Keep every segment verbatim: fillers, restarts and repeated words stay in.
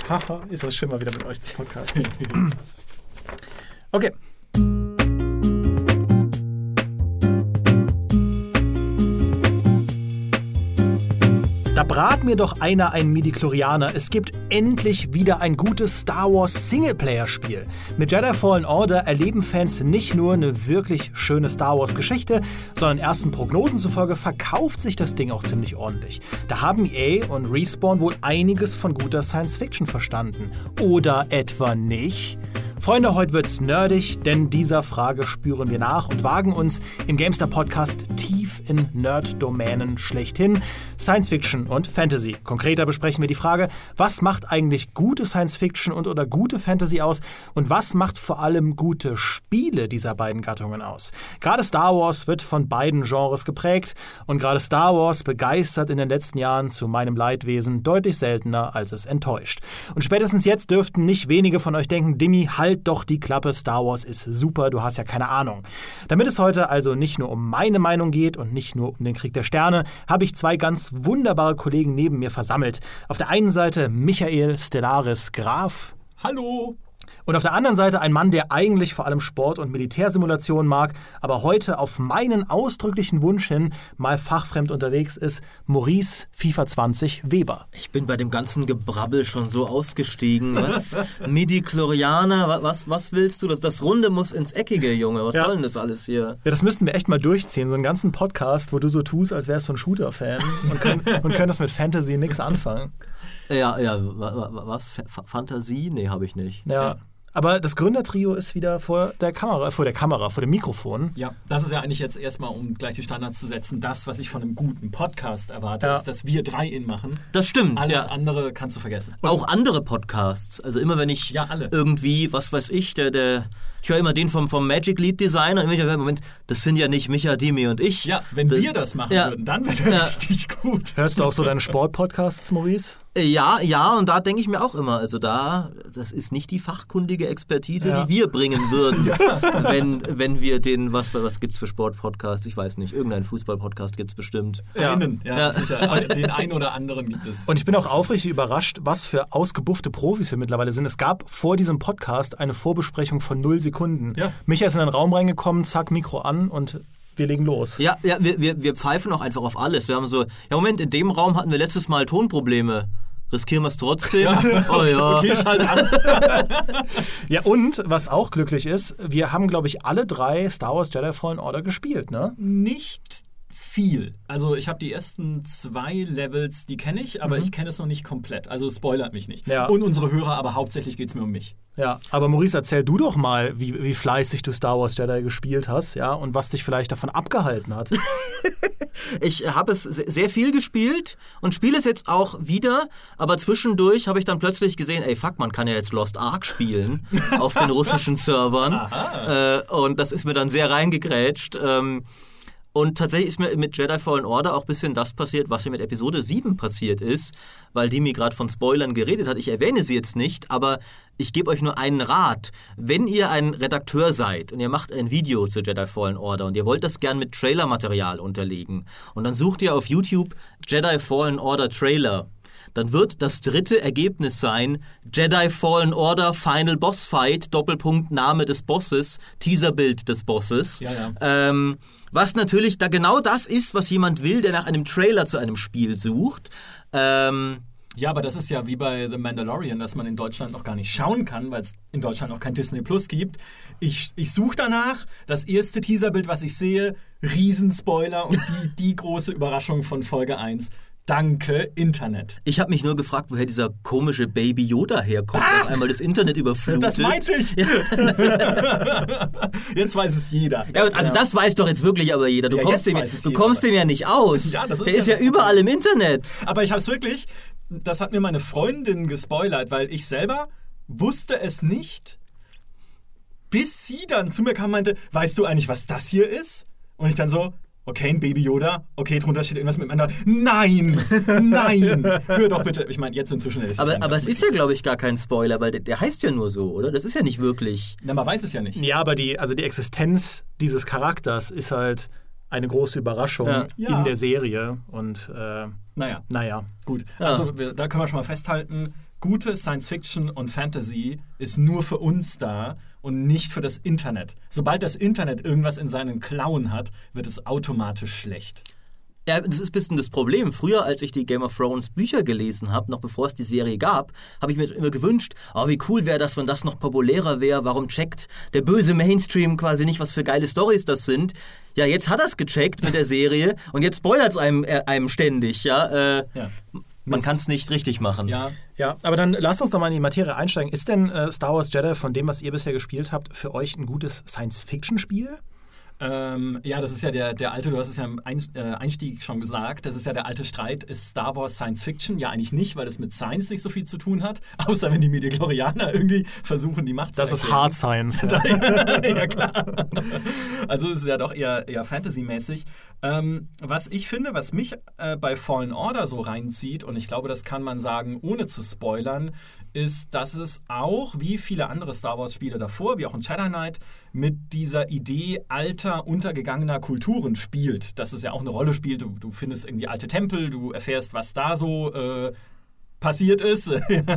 Haha, ist das schön, mal wieder mit euch zu podcasten. Okay. Da brat mir doch einer einen Midichlorianer. Es gibt endlich wieder ein gutes Star Wars Singleplayer-Spiel. Mit Jedi Fallen Order erleben Fans nicht nur eine wirklich schöne Star Wars Geschichte, sondern ersten Prognosen zufolge verkauft sich das Ding auch ziemlich ordentlich. Da haben E A und Respawn wohl einiges von guter Science-Fiction verstanden. Oder etwa nicht? Freunde, heute wird's nerdig, denn dieser Frage spüren wir nach und wagen uns im GameStar-Podcast tief in Nerd-Domänen schlechthin. Science-Fiction und Fantasy. Konkreter besprechen wir die Frage, was macht eigentlich gute Science-Fiction und oder gute Fantasy aus und was macht vor allem gute Spiele dieser beiden Gattungen aus? Gerade Star Wars wird von beiden Genres geprägt und gerade Star Wars begeistert in den letzten Jahren zu meinem Leidwesen deutlich seltener, als es enttäuscht. Und spätestens jetzt dürften nicht wenige von euch denken, Dimmi, halt doch die Klappe, Star Wars ist super, du hast ja keine Ahnung. Damit es heute also nicht nur um meine Meinung geht und nicht nur um den Krieg der Sterne, habe ich zwei ganz wunderbare Kollegen neben mir versammelt. Auf der einen Seite Michael Stellaris Graf. Hallo. Und auf der anderen Seite ein Mann, der eigentlich vor allem Sport- und Militärsimulationen mag, aber heute auf meinen ausdrücklichen Wunsch hin mal fachfremd unterwegs ist, Maurice FIFA zwanzig Weber. Ich bin bei dem ganzen Gebrabbel schon so ausgestiegen. Was? Midichlorianer, was, was willst du? Das, das Runde muss ins Eckige, Junge. Was ja. soll denn das alles hier? Ja, das müssten wir echt mal durchziehen. So einen ganzen Podcast, wo du so tust, als wärst du ein Shooter-Fan und, könnt, und könntest mit Fantasy nichts anfangen. Ja, ja, was? F- Fantasie? Nee, habe ich nicht. Ja. Aber das Gründertrio ist wieder vor der Kamera, vor der Kamera, vor dem Mikrofon. Ja, das ist ja eigentlich jetzt erstmal, um gleich die Standards zu setzen, das, was ich von einem guten Podcast erwarte, ja. ist, dass wir drei ihn machen. Das stimmt, Alles ja. andere kannst du vergessen. Und auch andere Podcasts. Also immer wenn ich ja, alle. irgendwie, was weiß ich, der, der ich höre immer den vom, vom Magic Lead Designer und ich höre, Moment, das sind ja nicht Micha, Dimi und ich. Ja, wenn das, wir das machen ja, würden, dann wäre das ja. richtig gut. Hörst du auch so deine Sportpodcasts, Maurice? Ja, ja, und da denke ich mir auch immer, also da, das ist nicht die fachkundige Expertise, ja. die wir bringen würden, ja. wenn, wenn wir den, was, was gibt's für Sportpodcasts? Ich weiß nicht, irgendein Fußballpodcast gibt's bestimmt. Ja. Einen, ja, ja. sicher. Den einen oder anderen gibt es. Und ich bin auch aufrichtig überrascht, was für ausgebuffte Profis wir mittlerweile sind. Es gab vor diesem Podcast eine Vorbesprechung von null Sekunden. Ja. Micha ist in den Raum reingekommen, zack, Mikro an und wir legen los. Ja, ja wir, wir, wir pfeifen auch einfach auf alles. Wir haben so, ja Moment, in dem Raum hatten wir letztes Mal Tonprobleme. Riskieren wir es trotzdem? Ja. Oh ja. Okay, ich halt an. Ja, und was auch glücklich ist, wir haben, glaube ich, alle drei Star Wars Jedi Fallen Order gespielt, ne? Nicht viel. Also ich habe die ersten zwei Levels, die kenne ich, aber mhm. ich kenne es noch nicht komplett. Also spoilert mich nicht. Ja. Und unsere Hörer, aber hauptsächlich geht es mir um mich. Ja, aber Maurice, erzähl du doch mal, wie, wie fleißig du Star Wars Jedi gespielt hast, ja, und was dich vielleicht davon abgehalten hat. Ich habe es sehr viel gespielt und spiele es jetzt auch wieder, aber zwischendurch habe ich dann plötzlich gesehen, ey, fuck, man kann ja jetzt Lost Ark spielen auf den russischen Servern. Äh, und das ist mir dann sehr reingegrätscht. Ähm, Und tatsächlich ist mir mit Jedi Fallen Order auch ein bisschen das passiert, was mir mit Episode sieben passiert ist, weil die mir gerade von Spoilern geredet hat. Ich erwähne sie jetzt nicht, aber ich gebe euch nur einen Rat. Wenn ihr ein Redakteur seid und ihr macht ein Video zu Jedi Fallen Order und ihr wollt das gern mit Trailermaterial unterlegen und dann sucht ihr auf YouTube Jedi Fallen Order Trailer, dann wird das dritte Ergebnis sein Jedi Fallen Order Final Boss Fight, Doppelpunkt Name des Bosses, Teaserbild des Bosses. Ja, ja. Ähm, was natürlich da genau das ist, was jemand will, der nach einem Trailer zu einem Spiel sucht. Ähm, ja, aber das ist ja wie bei The Mandalorian, dass man in Deutschland noch gar nicht schauen kann, weil es in Deutschland noch kein Disney Plus gibt. Ich, ich suche danach, das erste Teaserbild, was ich sehe, Riesenspoiler und die, die große Überraschung von Folge eins. Danke, Internet. Ich habe mich nur gefragt, woher dieser komische Baby Yoda herkommt, ah! auf einmal das Internet überflutet. Das meinte ich. Ja. Jetzt weiß es jeder. Ja, also ja. das weiß doch jetzt wirklich aber jeder. Du ja, kommst, dem, du kommst dem ja nicht aus. Ja, das ist Der ja ist ja überall im Internet. Aber ich habe es wirklich, das hat mir meine Freundin gespoilert, weil ich selber wusste es nicht, bis sie dann zu mir kam und meinte, weißt du eigentlich, was das hier ist? Und ich dann so, okay, ein Baby Yoda. Okay, drunter steht irgendwas mit meiner. Nein! Nein! Hör doch bitte. Ich meine, jetzt inzwischen ist es. Aber, aber es ist ja, glaube ich, gar kein Spoiler, weil der, der heißt ja nur so, oder? Das ist ja nicht wirklich. Na, man weiß es ja nicht. Ja, aber die, also die Existenz dieses Charakters ist halt eine große Überraschung ja. in der Serie. Und, äh, naja. Naja. Gut. Ja. Also, wir, da können wir schon mal festhalten. gute Science-Fiction und Fantasy ist nur für uns da und nicht für das Internet. Sobald das Internet irgendwas in seinen Klauen hat, wird es automatisch schlecht. Ja, das ist ein bisschen das Problem. Früher, als ich die Game of Thrones Bücher gelesen habe, noch bevor es die Serie gab, habe ich mir immer gewünscht, oh, wie cool wäre das, wenn das noch populärer wäre. Warum checkt der böse Mainstream quasi nicht, was für geile Storys das sind? Ja, jetzt hat er es gecheckt mit der Serie und jetzt spoilert es einem, äh, einem ständig. Ja, äh, ja. Man kann es nicht richtig machen. Ja. Ja, aber dann lasst uns doch mal in die Materie einsteigen. Ist denn äh, Star Wars Jedi von dem, was ihr bisher gespielt habt, für euch ein gutes Science-Fiction-Spiel? Ähm, ja, das ist ja der, der alte, du hast es ja im Einstieg schon gesagt, das ist ja der alte Streit, ist Star Wars Science Fiction? Ja, eigentlich nicht, weil es mit Science nicht so viel zu tun hat, außer wenn die Midichlorianer irgendwie versuchen, die Macht zu Das ist Hard Science. Ja, ja klar. Also es ist ja doch eher, eher Fantasy-mäßig. Ähm, was ich finde, was mich äh, bei Fallen Order so reinzieht, und ich glaube, das kann man sagen, ohne zu spoilern, ist, dass es auch, wie viele andere Star Wars-Spiele davor, wie auch in Jedi Knight, mit dieser Idee alter, untergegangener Kulturen spielt. Dass es ja auch eine Rolle spielt. Du, du findest irgendwie alte Tempel, du erfährst, was da so äh, passiert ist.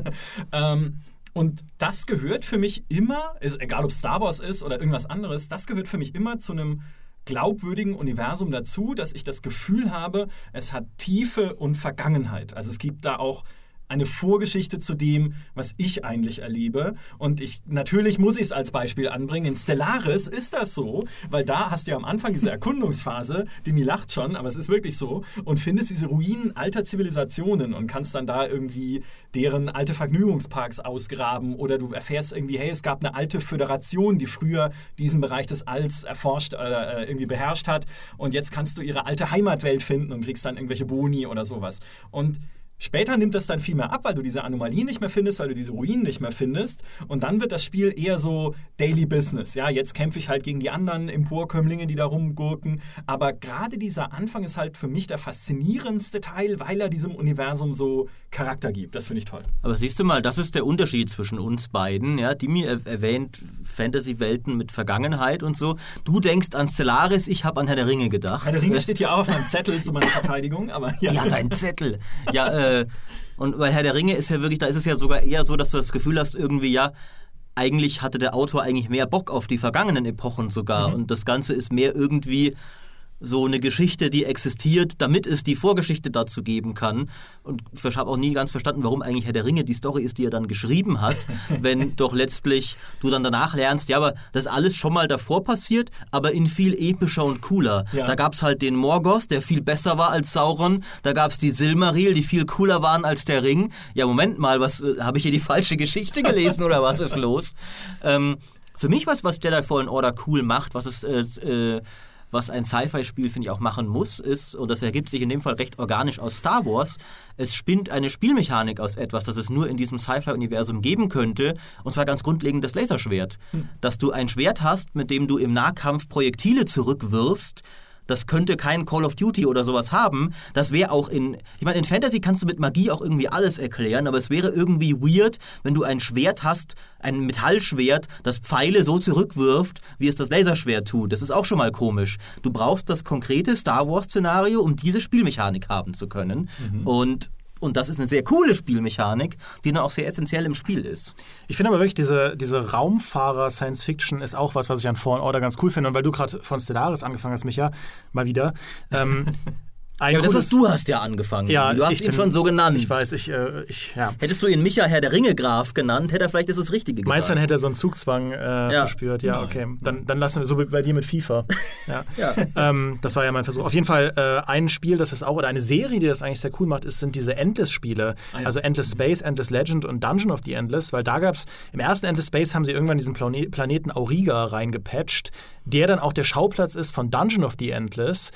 ähm, und das gehört für mich immer, ist, egal ob Star Wars ist oder irgendwas anderes, das gehört für mich immer zu einem glaubwürdigen Universum dazu, dass ich das Gefühl habe, es hat Tiefe und Vergangenheit. Also es gibt da auch eine Vorgeschichte zu dem, was ich eigentlich erlebe. Und ich natürlich muss ich es als Beispiel anbringen. In Stellaris ist das so, weil da hast du ja am Anfang diese Erkundungsphase, Demi lacht schon, aber es ist wirklich so, und findest diese Ruinen alter Zivilisationen und kannst dann da irgendwie deren alte Vergnügungsparks ausgraben oder du erfährst irgendwie, hey, es gab eine alte Föderation, die früher diesen Bereich des Alls erforscht oder äh, irgendwie beherrscht hat und jetzt kannst du ihre alte Heimatwelt finden und kriegst dann irgendwelche Boni oder sowas. Und später nimmt das dann viel mehr ab, weil du diese Anomalien nicht mehr findest, weil du diese Ruinen nicht mehr findest. Und dann wird das Spiel eher so Daily Business. Ja, jetzt kämpfe ich halt gegen die anderen Emporkömmlinge, die da rumgurken. Aber gerade dieser Anfang ist halt für mich der faszinierendste Teil, weil er diesem Universum so Charakter gibt. Das finde ich toll. Aber siehst du mal, das ist der Unterschied zwischen uns beiden. Ja, Dimi erwähnt Fantasy-Welten mit Vergangenheit und so. Du denkst an Stellaris, ich habe an Herr der Ringe gedacht. Herr der Ringe steht hier auch auf meinem Zettel zu meiner Verteidigung. Aber ja. ja, dein Zettel. Ja, äh, und bei Herr der Ringe ist ja wirklich, da ist es ja sogar eher so, dass du das Gefühl hast, irgendwie, ja, eigentlich hatte der Autor eigentlich mehr Bock auf die vergangenen Epochen sogar. Mhm. Und das Ganze ist mehr irgendwie so eine Geschichte, die existiert, damit es die Vorgeschichte dazu geben kann. Und ich habe auch nie ganz verstanden, warum eigentlich Herr der Ringe die Story ist, die er dann geschrieben hat, wenn doch letztlich du dann danach lernst, ja, aber das ist alles schon mal davor passiert, aber in viel epischer und cooler. Ja. Da gab es halt den Morgoth, der viel besser war als Sauron, da gab es die Silmaril, die viel cooler waren als der Ring. Ja, Moment mal, was äh, habe ich hier die falsche Geschichte gelesen oder was ist los? Ähm, für mich was, was Jedi Fallen Order cool macht, was es äh, äh, was ein Sci-Fi-Spiel, finde ich, auch machen muss, ist, und das ergibt sich in dem Fall recht organisch aus Star Wars, es spinnt eine Spielmechanik aus etwas, das es nur in diesem Sci-Fi-Universum geben könnte, und zwar ganz grundlegend das Laserschwert. Hm. Dass du ein Schwert hast, mit dem du im Nahkampf Projektile zurückwirfst. Das könnte kein Call of Duty oder sowas haben. Das wäre auch in... Ich meine, in Fantasy kannst du mit Magie auch irgendwie alles erklären, aber es wäre irgendwie weird, wenn du ein Schwert hast, ein Metallschwert, das Pfeile so zurückwirft, wie es das Laserschwert tut. Das ist auch schon mal komisch. Du brauchst das konkrete Star Wars-Szenario, um diese Spielmechanik haben zu können. Mhm. Und... Und das ist eine sehr coole Spielmechanik, die dann auch sehr essentiell im Spiel ist. Ich finde aber wirklich, diese, diese Raumfahrer-Science-Fiction ist auch was, was ich an Fallen Order ganz cool finde. Und weil du gerade von Stellaris angefangen hast, Micha, mal wieder. Ähm, Ein ja, das hast du hast ja angefangen. Ja, du hast ihn bin, schon so genannt. Ich weiß, ich, äh, ich ja. Hättest du ihn Micha Herr der Ringe Graf genannt, hätte er vielleicht das Richtige gesagt. Meinst du, dann hätte er so einen Zugzwang äh, ja. verspürt? Ja, okay. Dann, dann lassen wir so bei dir mit FIFA. Ja. ja. Ähm, das war ja mein Versuch. Auf jeden Fall äh, ein Spiel, das ist auch, oder eine Serie, die das eigentlich sehr cool macht, ist, sind diese Endless-Spiele. Ah, ja. Also Endless Space, Endless Legend und Dungeon of the Endless, weil da gab es, im ersten Endless Space haben sie irgendwann diesen Plane- Planeten Auriga reingepatcht, der dann auch der Schauplatz ist von Dungeon of the Endless,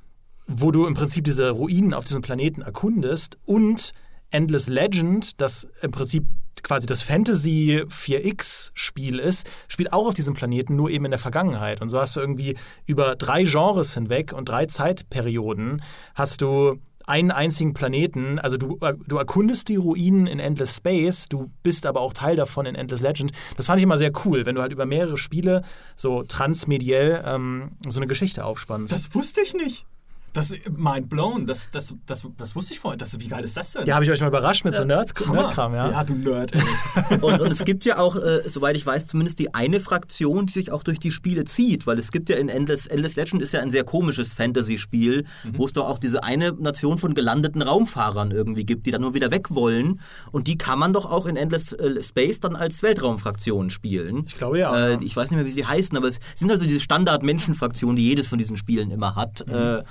wo du im Prinzip diese Ruinen auf diesem Planeten erkundest, und Endless Legend, das im Prinzip quasi das Fantasy vier X-Spiel ist, spielt auch auf diesem Planeten, nur eben in der Vergangenheit. Und so hast du irgendwie über drei Genres hinweg und drei Zeitperioden hast du einen einzigen Planeten, also du, du erkundest die Ruinen in Endless Space, du bist aber auch Teil davon in Endless Legend. Das fand ich immer sehr cool, wenn du halt über mehrere Spiele so transmediell ähm, so eine Geschichte aufspannst. Das wusste ich nicht. Das mind blown, das, das, das, das wusste ich vorhin. Das, wie geil ist das denn? Ja, habe ich euch mal überrascht mit ja. so Nerd- Nerdkram, ja. Ja, du Nerd. Ey. und, und es gibt ja auch, äh, soweit ich weiß, zumindest die eine Fraktion, die sich auch durch die Spiele zieht, weil es gibt ja in Endless, Endless Legend ist ja ein sehr komisches Fantasy-Spiel, mhm. wo es doch auch diese eine Nation von gelandeten Raumfahrern irgendwie gibt, die dann nur wieder weg wollen und die kann man doch auch in Endless äh, Space dann als Weltraumfraktion spielen. Ich glaube ja. Äh, ich weiß nicht mehr, wie sie heißen, aber es sind also diese Standard-Menschenfraktionen, die jedes von diesen Spielen immer hat. Mhm. Äh,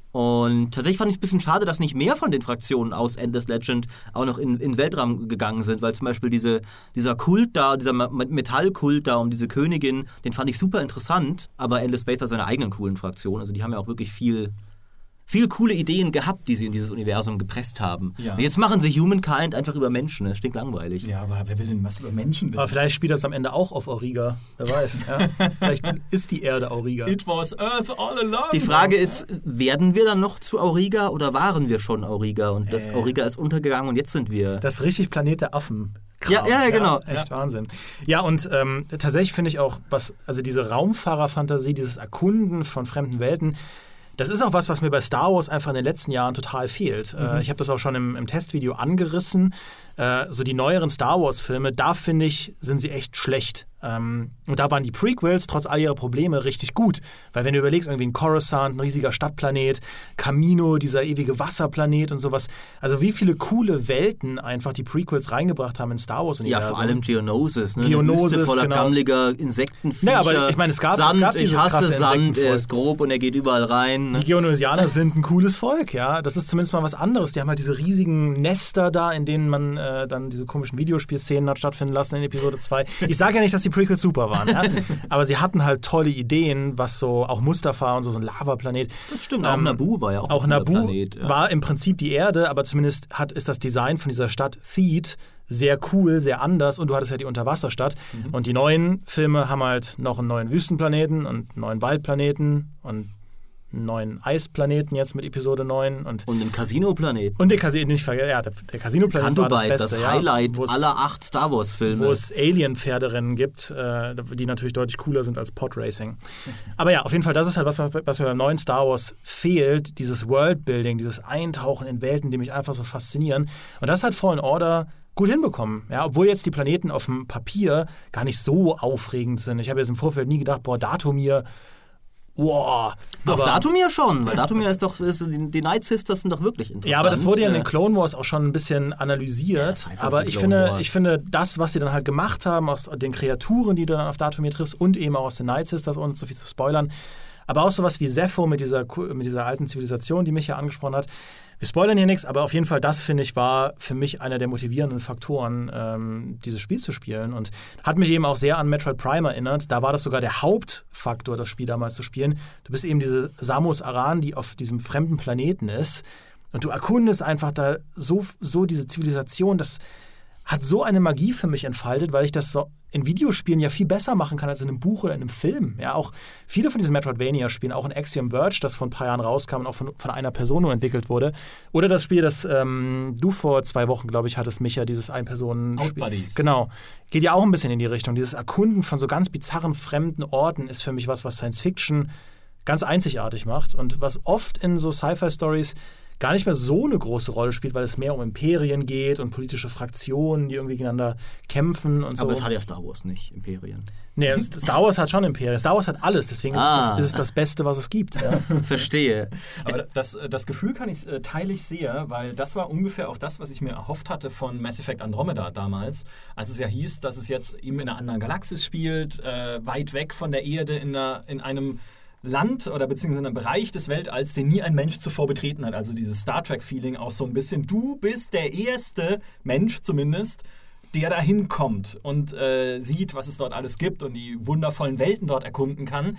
Und tatsächlich fand ich es ein bisschen schade, dass nicht mehr von den Fraktionen aus Endless Legend auch noch in den Weltraum gegangen sind, weil zum Beispiel diese, dieser Kult da, dieser Metallkult da um diese Königin, den fand ich super interessant, aber Endless Space hat seine eigenen coolen Fraktionen, also die haben ja auch wirklich viel... viel coole Ideen gehabt, die sie in dieses Universum gepresst haben. Ja. Und jetzt machen sie Humankind einfach über Menschen. Das stinkt langweilig. Ja, aber wer will denn was über Menschen wissen? Aber vielleicht spielt das am Ende auch auf Auriga. Wer weiß. Ja? Vielleicht ist die Erde Auriga. It was Earth all along. Die Frage ist, werden wir dann noch zu Auriga oder waren wir schon Auriga? Und das äh. Auriga ist untergegangen und jetzt sind wir... Das ist richtig Planet der Affen. Kram. Ja, ja, ja, genau. Ja, echt ja. Wahnsinn. Ja, und ähm, tatsächlich finde ich auch, was, also diese Raumfahrerfantasie, dieses Erkunden von fremden Welten, das ist auch was, was mir bei Star Wars einfach in den letzten Jahren total fehlt. Mhm. Äh, ich habe das auch schon im, im Testvideo angerissen. Äh, so die neueren Star Wars-Filme, da finde ich, sind sie echt schlecht. Ähm, und da waren die Prequels trotz all ihrer Probleme richtig gut. Weil wenn du überlegst, irgendwie ein Coruscant, ein riesiger Stadtplanet, Kamino, dieser ewige Wasserplanet und sowas. Also wie viele coole Welten einfach die Prequels reingebracht haben in Star Wars-Universum. Ja, vor allem Geonosis. Ne? Geonosis, Eine Wüste voller genau. gammeliger Insektenviecher. Ja, aber ich meine, es gab, Sand, es gab dieses ich hasse krasse Sand, er Insektenvolk. ist grob und er geht überall rein. Ne? Die Geonosianer sind ein cooles Volk, ja. Das ist zumindest mal was anderes. Die haben halt diese riesigen Nester da, in denen man äh, dann diese komischen Videospielszenen hat stattfinden lassen in Episode zwei. Ich sage ja nicht, dass die Prequels super waren, ja? Aber sie hatten halt tolle Ideen, was so, auch Mustafar und so, so ein Lavaplanet. Das stimmt, auch ähm, Naboo war ja auch, auch ein Naboo Planet. Ja. war im Prinzip die Erde, aber zumindest hat, ist das Design von dieser Stadt Theed sehr cool, sehr anders und du hattest ja die Unterwasserstadt. Mhm. Und die neuen Filme haben halt noch einen neuen Wüstenplaneten und einen neuen Waldplaneten und einen neuen Eisplaneten jetzt mit Episode neun. Und, und den Casino-Planeten. Und den Casino, nicht vergessen, ja, der, der Casino-Planet war das Beste. Das Highlight ja, aller acht Star Wars-Filme. Wo es Alien-Pferderennen gibt, äh, die natürlich deutlich cooler sind als Podracing. Aber ja, auf jeden Fall, das ist halt was, was mir beim neuen Star Wars fehlt, dieses Worldbuilding, dieses Eintauchen in Welten, die mich einfach so faszinieren. Und das hat Fallen Order gut hinbekommen. Ja, obwohl jetzt die Planeten auf dem Papier gar nicht so aufregend sind. Ich habe jetzt im Vorfeld nie gedacht, boah, Datomir, wow. Doch, aber Datomir schon, weil Datomir ist doch, ist, die Night Sisters sind doch wirklich interessant. Ja, aber das wurde ja in den Clone Wars auch schon ein bisschen analysiert. Ja, aber ich finde, ich finde, das, was sie dann halt gemacht haben, aus den Kreaturen, die du dann auf Datomir triffst und eben auch aus den Night Sisters, ohne zu viel zu spoilern, aber auch sowas wie Sepho mit dieser, mit dieser alten Zivilisation, die mich ja angesprochen hat. Wir spoilern hier nichts, aber auf jeden Fall das, finde ich, war für mich einer der motivierenden Faktoren, ähm, dieses Spiel zu spielen. Und hat mich eben auch sehr an Metroid Prime erinnert. Da war das sogar der Hauptfaktor, das Spiel damals zu spielen. Du bist eben diese Samus Aran, die auf diesem fremden Planeten ist. Und du erkundest einfach da so, so diese Zivilisation, das hat so eine Magie für mich entfaltet, weil ich das so in Videospielen ja viel besser machen kann als in einem Buch oder in einem Film. Ja, auch viele von diesen Metroidvania-Spielen, auch in Axiom Verge, das vor ein paar Jahren rauskam und auch von, von einer Person nur entwickelt wurde. Oder das Spiel, das ähm, du vor zwei Wochen, glaube ich, hattest, Micha, dieses Ein-Personen-Spiel. Outbuddies. Genau. Geht ja auch ein bisschen in die Richtung. Dieses Erkunden von so ganz bizarren, fremden Orten ist für mich was, was Science-Fiction ganz einzigartig macht und was oft in so Sci-Fi-Stories gar nicht mehr so eine große Rolle spielt, weil es mehr um Imperien geht und politische Fraktionen, die irgendwie gegeneinander kämpfen und so. Aber es hat ja Star Wars nicht, Imperien. Nee, Star Wars hat schon Imperien. Star Wars hat alles, deswegen ist, ah. es, das, ist es das Beste, was es gibt. Ja. Verstehe. Aber das, das Gefühl kann ich, teile ich sehr, weil das war ungefähr auch das, was ich mir erhofft hatte von Mass Effect Andromeda damals, als es ja hieß, dass es jetzt eben in einer anderen Galaxis spielt, äh, weit weg von der Erde, in, einer, in einem Land oder beziehungsweise einem Bereich des Weltalls, den nie ein Mensch zuvor betreten hat. Also dieses Star Trek-Feeling auch so ein bisschen. Du bist der erste Mensch zumindest, der da hinkommt und äh, sieht, was es dort alles gibt und die wundervollen Welten dort erkunden kann.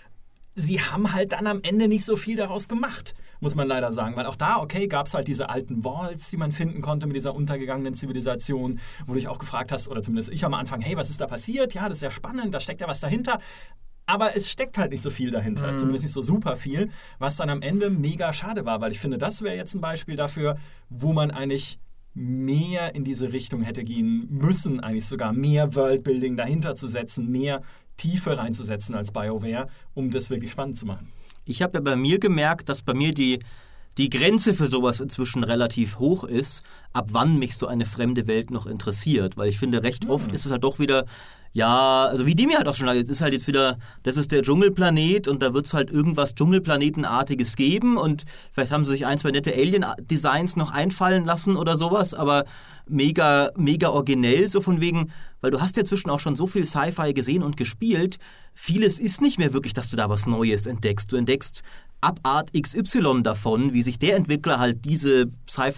Sie haben halt dann am Ende nicht so viel daraus gemacht, muss man leider sagen. Weil auch da, okay, gab es halt diese alten Vaults, die man finden konnte mit dieser untergegangenen Zivilisation, wo du dich auch gefragt hast, oder zumindest ich am Anfang, hey, was ist da passiert? Ja, das ist ja spannend, da steckt ja was dahinter. Aber es steckt halt nicht so viel dahinter, mhm. zumindest nicht so super viel, was dann am Ende mega schade war, weil ich finde, das wäre jetzt ein Beispiel dafür, wo man eigentlich mehr in diese Richtung hätte gehen müssen, eigentlich sogar mehr Worldbuilding dahinter zu setzen, mehr Tiefe reinzusetzen als BioWare, um das wirklich spannend zu machen. Ich habe ja bei mir gemerkt, dass bei mir die, die Grenze für sowas inzwischen relativ hoch ist, ab wann mich so eine fremde Welt noch interessiert. Weil ich finde, recht mhm. oft ist es halt doch wieder, ja, also wie die mir halt auch schon sagt, es ist halt jetzt wieder, das ist der Dschungelplanet und da wird es halt irgendwas Dschungelplanetenartiges geben und vielleicht haben sie sich ein, zwei nette Alien-Designs noch einfallen lassen oder sowas, aber mega, mega originell, so von wegen, weil du hast ja inzwischen auch schon so viel Sci-Fi gesehen und gespielt, vieles ist nicht mehr wirklich, dass du da was Neues entdeckst. Du entdeckst Abart X Y davon, wie sich der Entwickler halt diese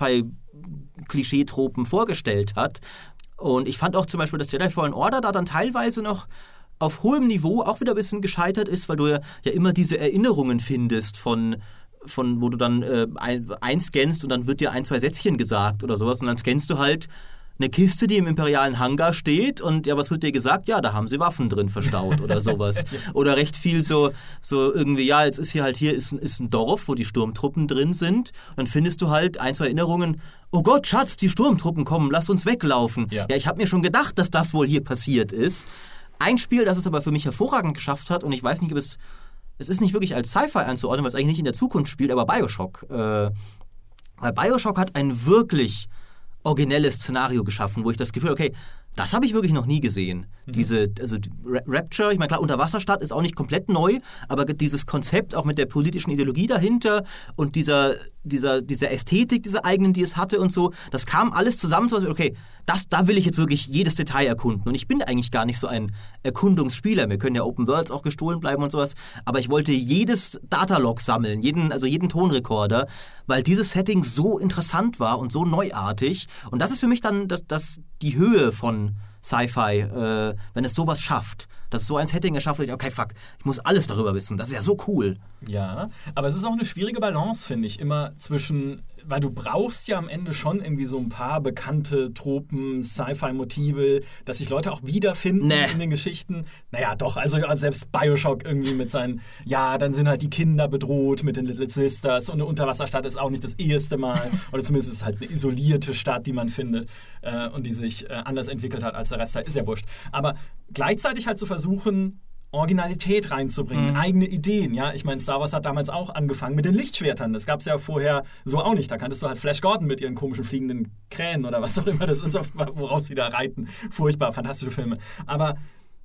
Sci-Fi-Klischee-Tropen vorgestellt hat. Und ich fand auch zum Beispiel, dass Jedi Fallen Order da dann teilweise noch auf hohem Niveau auch wieder ein bisschen gescheitert ist, weil du ja, ja immer diese Erinnerungen findest von, von wo du dann äh, ein, einscannst und dann wird dir ein, zwei Sätzchen gesagt oder sowas und dann scannst du halt eine Kiste, die im imperialen Hangar steht und ja, was wird dir gesagt? Ja, da haben sie Waffen drin verstaut oder sowas. Oder recht viel so, so irgendwie, ja, jetzt ist hier halt, hier ist, ist ein Dorf, wo die Sturmtruppen drin sind. Und dann findest du halt ein, zwei Erinnerungen, oh Gott, Schatz, die Sturmtruppen kommen, lass uns weglaufen. Ja, ja ich habe mir schon gedacht, dass das wohl hier passiert ist. Ein Spiel, das es aber für mich hervorragend geschafft hat und ich weiß nicht, ob es, es ist nicht wirklich als Sci-Fi einzuordnen, weil es eigentlich nicht in der Zukunft spielt, aber Bioshock. Äh, weil Bioshock hat ein wirklich originelles Szenario geschaffen, wo ich das Gefühl, okay, das habe ich wirklich noch nie gesehen. Mhm. Diese, also Rapture, ich meine, klar, Unterwasserstadt ist auch nicht komplett neu, aber dieses Konzept auch mit der politischen Ideologie dahinter und dieser, dieser, dieser Ästhetik, dieser eigenen, die es hatte und so, das kam alles zusammen, so, okay, das, da will ich jetzt wirklich jedes Detail erkunden. Und ich bin eigentlich gar nicht so ein Erkundungsspieler. Mir können ja Open Worlds auch gestohlen bleiben und sowas, aber ich wollte jedes Datalog sammeln, jeden, also jeden Tonrekorder, weil dieses Setting so interessant war und so neuartig. Und das ist für mich dann das, das, die Höhe von Sci-Fi, äh, wenn es sowas schafft. Dass es so ein Setting erschafft, ich, okay, fuck, ich muss alles darüber wissen. Das ist ja so cool. Ja, aber es ist auch eine schwierige Balance, finde ich, immer zwischen, weil du brauchst ja am Ende schon irgendwie so ein paar bekannte Tropen, Sci-Fi-Motive, dass sich Leute auch wiederfinden nee. in den Geschichten. Naja, doch, also selbst Bioshock irgendwie mit seinen, ja, dann sind halt die Kinder bedroht mit den Little Sisters und eine Unterwasserstadt ist auch nicht das erste Mal. Oder zumindest ist es halt eine isolierte Stadt, die man findet äh, und die sich äh, anders entwickelt hat als der Rest halt, ist ja wurscht. Aber gleichzeitig halt zu versuchen, Originalität reinzubringen, mhm. eigene Ideen. Ja, ich meine, Star Wars hat damals auch angefangen mit den Lichtschwertern. Das gab es ja vorher so auch nicht. Da kanntest du halt Flash Gordon mit ihren komischen fliegenden Krähen oder was auch immer das ist, worauf sie da reiten. Furchtbar, fantastische Filme. Aber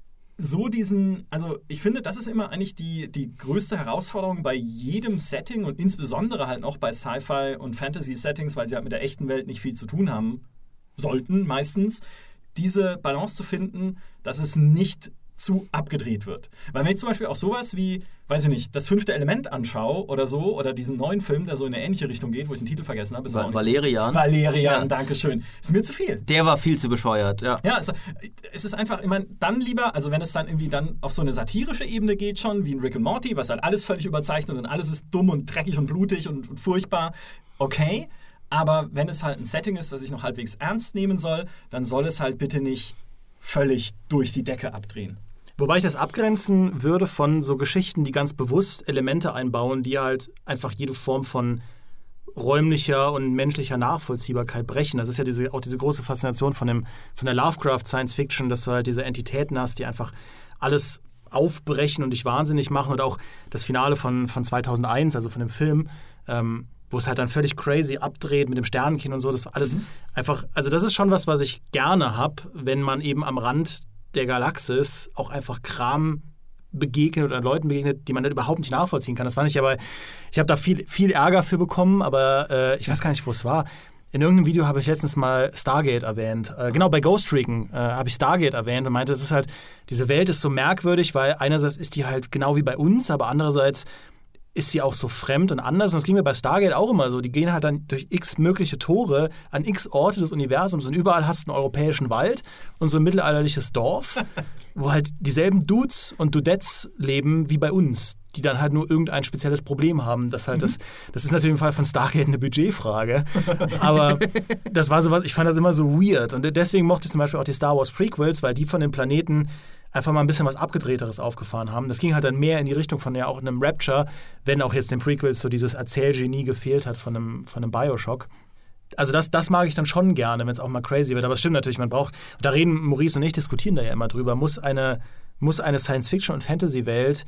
so diesen, also ich finde, das ist immer eigentlich die, die größte Herausforderung bei jedem Setting und insbesondere halt auch bei Sci-Fi und Fantasy-Settings, weil sie halt mit der echten Welt nicht viel zu tun haben sollten, meistens, diese Balance zu finden, dass es nicht zu abgedreht wird. Weil wenn ich zum Beispiel auch sowas wie, weiß ich nicht, das fünfte Element anschaue oder so, oder diesen neuen Film, der so in eine ähnliche Richtung geht, wo ich den Titel vergessen habe. Ist Va- Valerian. So Valerian, ja. Danke schön. Ist mir zu viel. Der war viel zu bescheuert, ja. Ja, es, es ist einfach, ich meine, dann lieber, also wenn es dann irgendwie dann auf so eine satirische Ebene geht schon, wie in Rick and Morty, was halt alles völlig überzeichnet und alles ist dumm und dreckig und blutig und, und furchtbar, okay. Aber wenn es halt ein Setting ist, das ich noch halbwegs ernst nehmen soll, dann soll es halt bitte nicht völlig durch die Decke abdrehen. Wobei ich das abgrenzen würde von so Geschichten, die ganz bewusst Elemente einbauen, die halt einfach jede Form von räumlicher und menschlicher Nachvollziehbarkeit brechen. Das ist ja diese, auch diese große Faszination von, dem, von der Lovecraft-Science-Fiction, dass du halt diese Entitäten hast, die einfach alles aufbrechen und dich wahnsinnig machen. Und auch das Finale von, von zweitausendeins, also von dem Film, ähm, wo es halt dann völlig crazy abdreht mit dem Sternenkind und so. Das war alles mhm. einfach, also das ist schon was, was ich gerne habe, wenn man eben am Rand der Galaxis auch einfach Kram begegnet oder Leuten begegnet, die man dann überhaupt nicht nachvollziehen kann. Das fand ich aber, ich habe da viel, viel Ärger für bekommen, aber äh, ich weiß gar nicht, wo es war. In irgendeinem Video habe ich letztens mal Stargate erwähnt. Äh, genau, bei Ghost Recon äh, habe ich Stargate erwähnt und meinte, es ist halt, diese Welt ist so merkwürdig, weil einerseits ist die halt genau wie bei uns, aber andererseits ist sie auch so fremd und anders. Und das ging mir bei Stargate auch immer so. Die gehen halt dann durch x mögliche Tore an x Orte des Universums und überall hast du einen europäischen Wald und so ein mittelalterliches Dorf, wo halt dieselben Dudes und Dudettes leben wie bei uns, die dann halt nur irgendein spezielles Problem haben. Das, halt mhm. das, das ist natürlich im Fall von Stargate eine Budgetfrage. Aber das war sowas, ich fand das immer so weird. Und deswegen mochte ich zum Beispiel auch die Star Wars Prequels, weil die von den Planeten einfach mal ein bisschen was Abgedrehteres aufgefahren haben. Das ging halt dann mehr in die Richtung von ja auch einem Rapture, wenn auch jetzt den Prequels so dieses Erzählgenie gefehlt hat von einem, von einem Bioshock. Also das, das mag ich dann schon gerne, wenn es auch mal crazy wird. Aber es stimmt natürlich, man braucht, da reden Maurice und ich, diskutieren da ja immer drüber, muss eine, muss eine Science-Fiction- und Fantasy-Welt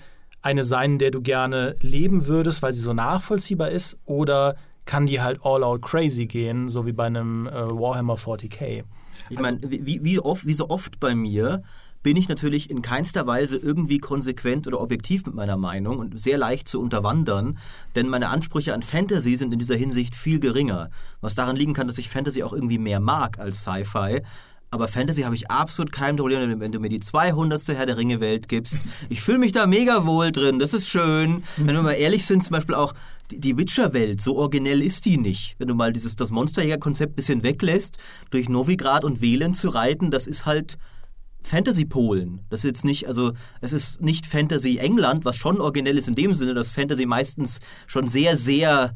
eine sein, in der du gerne leben würdest, weil sie so nachvollziehbar ist? Oder kann die halt all out crazy gehen, so wie bei einem äh, Warhammer vierzig K? Ich meine, wie, wie, oft, wie so oft bei mir bin ich natürlich in keinster Weise irgendwie konsequent oder objektiv mit meiner Meinung und sehr leicht zu unterwandern, denn meine Ansprüche an Fantasy sind in dieser Hinsicht viel geringer. Was daran liegen kann, dass ich Fantasy auch irgendwie mehr mag als Sci-Fi. Aber Fantasy habe ich absolut kein Problem, wenn du mir die zweihundertste Herr der Ringe-Welt gibst. Ich fühle mich da mega wohl drin, das ist schön. Wenn wir mal ehrlich sind, zum Beispiel auch die Witcher-Welt, so originell ist die nicht. Wenn du mal dieses, das Monsterjäger-Konzept ein bisschen weglässt, durch Novigrad und Velen zu reiten, das ist halt Fantasy-Polen. Das ist jetzt nicht, also es ist nicht Fantasy-England, was schon originell ist in dem Sinne, dass Fantasy meistens schon sehr, sehr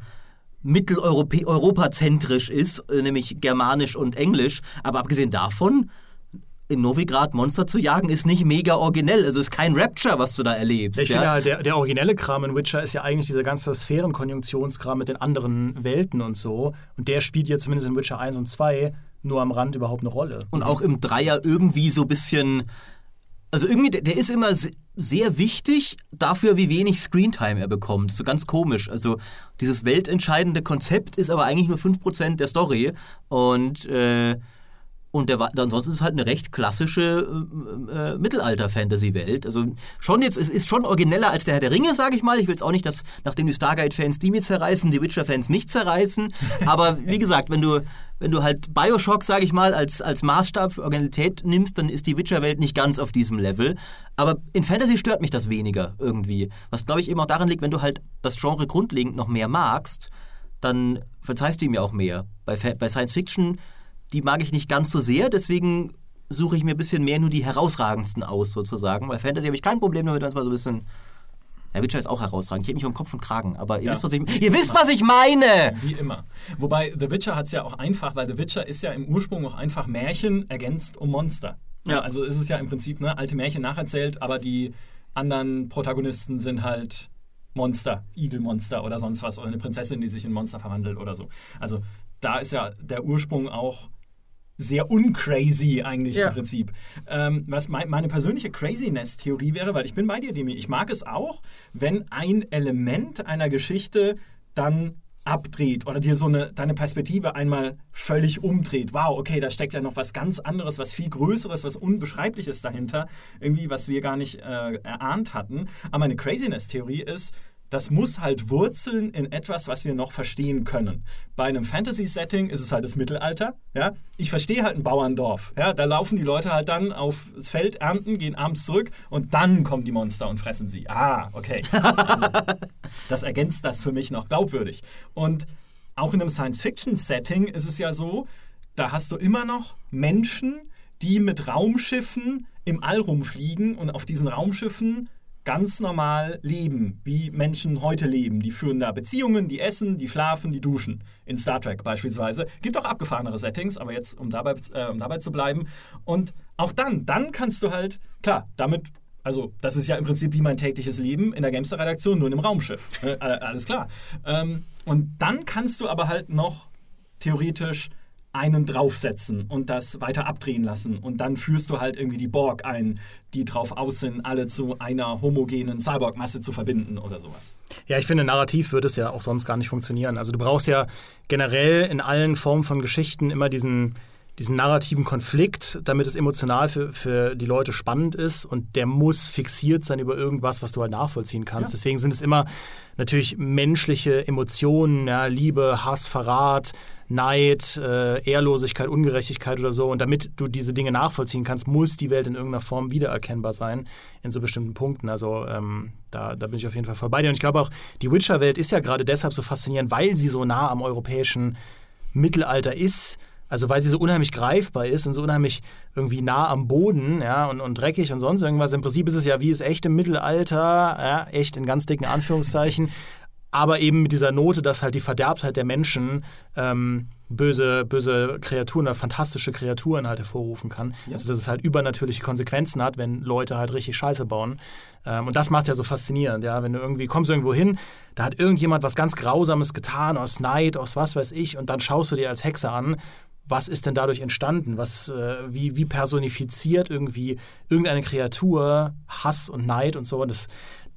mitteleuropazentrisch ist, nämlich germanisch und englisch. Aber abgesehen davon, in Novigrad Monster zu jagen, ist nicht mega originell. Also es ist kein Rapture, was du da erlebst. Ich ja? finde halt, der, der originelle Kram in Witcher ist ja eigentlich dieser ganze Sphärenkonjunktionskram mit den anderen Welten und so. Und der spielt jetzt zumindest in Witcher eins und zwei nur am Rand überhaupt eine Rolle. Und auch im Dreier irgendwie so ein bisschen... Also irgendwie, der, der ist immer sehr wichtig dafür, wie wenig Screentime er bekommt. So ganz komisch. Also dieses weltentscheidende Konzept ist aber eigentlich nur fünf Prozent der Story. Und, äh, und der, ansonsten ist es halt eine recht klassische äh, äh, Mittelalter-Fantasy-Welt. Also schon jetzt, es ist schon origineller als der Herr der Ringe, sage ich mal. Ich will es auch nicht, dass nachdem die Stargate-Fans die mir zerreißen, die Witcher-Fans mich zerreißen. Aber wie gesagt, wenn du... Wenn du halt Bioshock, sage ich mal, als, als Maßstab für Originalität nimmst, dann ist die Witcher-Welt nicht ganz auf diesem Level. Aber in Fantasy stört mich das weniger irgendwie. Was, glaube ich, eben auch daran liegt, wenn du halt das Genre grundlegend noch mehr magst, dann verzeihst du ihm ja auch mehr. Bei, bei Science Fiction, die mag ich nicht ganz so sehr, deswegen suche ich mir ein bisschen mehr nur die herausragendsten aus, sozusagen. Bei Fantasy habe ich kein Problem damit, wenn es mal so ein bisschen... Der Witcher ist auch herausragend. Ich hebe mich um Kopf und Kragen, aber ihr, ja. wisst, was ich, ihr wisst, was ich meine! Wie immer. Wobei, The Witcher hat es ja auch einfach, weil The Witcher ist ja im Ursprung auch einfach Märchen ergänzt um Monster. Ja. Also ist es ja im Prinzip ne, alte Märchen nacherzählt, aber die anderen Protagonisten sind halt Monster, Igelmonster oder sonst was, oder eine Prinzessin, die sich in Monster verwandelt oder so. Also da ist ja der Ursprung auch sehr uncrazy eigentlich ja. im Prinzip. Ähm, was mein, meine persönliche Craziness-Theorie wäre, weil ich bin bei dir, Demi, ich mag es auch, wenn ein Element einer Geschichte dann abdreht oder dir so eine, deine Perspektive einmal völlig umdreht. Wow, okay, da steckt ja noch was ganz anderes, was viel Größeres, was Unbeschreibliches dahinter, irgendwie, was wir gar nicht äh, erahnt hatten. Aber meine Craziness-Theorie ist, das muss halt wurzeln in etwas, was wir noch verstehen können. Bei einem Fantasy-Setting ist es halt das Mittelalter. Ja? Ich verstehe halt ein Bauerndorf. Ja? Da laufen die Leute halt dann aufs Feld, ernten, gehen abends zurück und dann kommen die Monster und fressen sie. Ah, okay. Also, das ergänzt das für mich noch glaubwürdig. Und auch in einem Science-Fiction-Setting ist es ja so, da hast du immer noch Menschen, die mit Raumschiffen im All rumfliegen und auf diesen Raumschiffen ganz normal leben, wie Menschen heute leben. Die führen da Beziehungen, die essen, die schlafen, die duschen. In Star Trek beispielsweise. Gibt auch abgefahrenere Settings, aber jetzt, um dabei, äh, um dabei zu bleiben. Und auch dann, dann kannst du halt, klar, damit, also das ist ja im Prinzip wie mein tägliches Leben in der Gamester-Redaktion, nur in einem Raumschiff. Äh, alles klar. Ähm, und dann kannst du aber halt noch theoretisch einen draufsetzen und das weiter abdrehen lassen. Und dann führst du halt irgendwie die Borg ein, die drauf aus sind, alle zu einer homogenen Cyborg-Masse zu verbinden oder sowas. Ja, ich finde, narrativ würde es ja auch sonst gar nicht funktionieren. Also du brauchst ja generell in allen Formen von Geschichten immer diesen, diesen narrativen Konflikt, damit es emotional für, für die Leute spannend ist. Und der muss fixiert sein über irgendwas, was du halt nachvollziehen kannst. Ja. Deswegen sind es immer natürlich menschliche Emotionen, ja, Liebe, Hass, Verrat, Neid, äh, Ehrlosigkeit, Ungerechtigkeit oder so. Und damit du diese Dinge nachvollziehen kannst, muss die Welt in irgendeiner Form wiedererkennbar sein in so bestimmten Punkten. Also ähm, da, da bin ich auf jeden Fall voll bei dir. Und ich glaube auch, die Witcher-Welt ist ja gerade deshalb so faszinierend, weil sie so nah am europäischen Mittelalter ist. Also weil sie so unheimlich greifbar ist und so unheimlich irgendwie nah am Boden, ja, und, und dreckig und sonst irgendwas. Im Prinzip ist es ja wie es echt im Mittelalter, ja, echt in ganz dicken Anführungszeichen, aber eben mit dieser Note, dass halt die Verderbtheit der Menschen ähm, böse, böse Kreaturen oder fantastische Kreaturen halt hervorrufen kann. Ja. Also dass es halt übernatürliche Konsequenzen hat, wenn Leute halt richtig Scheiße bauen. Ähm, und das macht es ja so faszinierend, ja, wenn du irgendwie kommst irgendwo hin, da hat irgendjemand was ganz Grausames getan, aus Neid, aus was weiß ich, und dann schaust du dir als Hexe an, was ist denn dadurch entstanden? Was, äh, wie, wie personifiziert irgendwie irgendeine Kreatur Hass und Neid und so? Und das,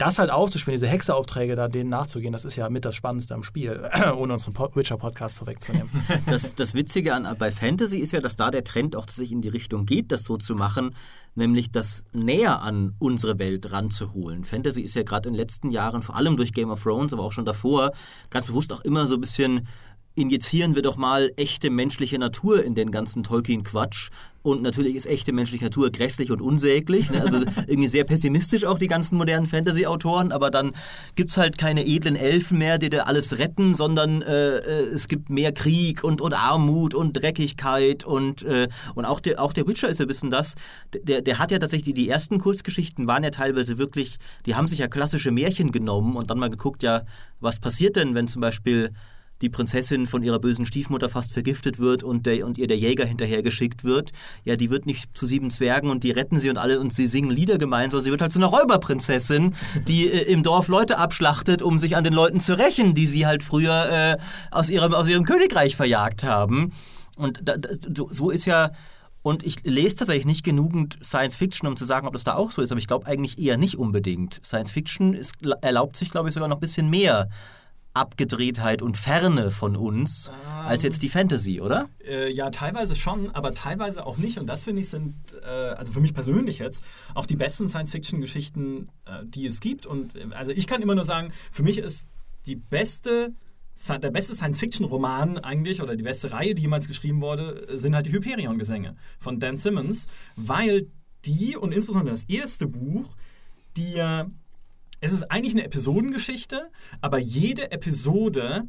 das halt aufzuspielen, diese Hexeraufträge, da denen nachzugehen, das ist ja mit das Spannendste am Spiel, ohne unseren Witcher-Podcast vorwegzunehmen. Das, das Witzige an, bei Fantasy ist ja, dass da der Trend auch tatsächlich in die Richtung geht, das so zu machen, nämlich das näher an unsere Welt ranzuholen. Fantasy ist ja gerade in den letzten Jahren, vor allem durch Game of Thrones, aber auch schon davor, ganz bewusst auch immer so ein bisschen, injizieren wir doch mal echte menschliche Natur in den ganzen Tolkien-Quatsch. Und natürlich ist echte menschliche Natur grässlich und unsäglich. Ne? Also irgendwie sehr pessimistisch auch die ganzen modernen Fantasy-Autoren. Aber dann gibt es halt keine edlen Elfen mehr, die da alles retten, sondern äh, es gibt mehr Krieg und, und Armut und Dreckigkeit. Und, äh, und auch, der, auch der Witcher ist ein bisschen das. Der, der hat ja tatsächlich, die ersten Kurzgeschichten waren ja teilweise wirklich, die haben sich ja klassische Märchen genommen und dann mal geguckt, ja, was passiert denn, wenn zum Beispiel die Prinzessin von ihrer bösen Stiefmutter fast vergiftet wird und, der, und ihr der Jäger hinterhergeschickt wird. Ja, die wird nicht zu sieben Zwergen und die retten sie und alle und sie singen Lieder gemeinsam, sondern sie wird halt zu einer Räuberprinzessin, die äh, im Dorf Leute abschlachtet, um sich an den Leuten zu rächen, die sie halt früher äh, aus, ihrem, aus ihrem Königreich verjagt haben. Und da, da, so ist ja... Und ich lese tatsächlich nicht genügend Science-Fiction, um zu sagen, ob das da auch so ist, aber ich glaube eigentlich eher nicht unbedingt. Science-Fiction ist, erlaubt sich, glaube ich, sogar noch ein bisschen mehr Abgedrehtheit und Ferne von uns ähm, als jetzt die Fantasy, oder? Äh, ja, teilweise schon, aber teilweise auch nicht. Und das, finde ich, sind, äh, also für mich persönlich jetzt, auch die besten Science-Fiction-Geschichten, äh, die es gibt. Und also ich kann immer nur sagen, für mich ist die beste, der beste Science-Fiction-Roman eigentlich, oder die beste Reihe, die jemals geschrieben wurde, sind halt die Hyperion-Gesänge von Dan Simmons, weil die und insbesondere das erste Buch, die ja es ist eigentlich eine Episodengeschichte, aber jede Episode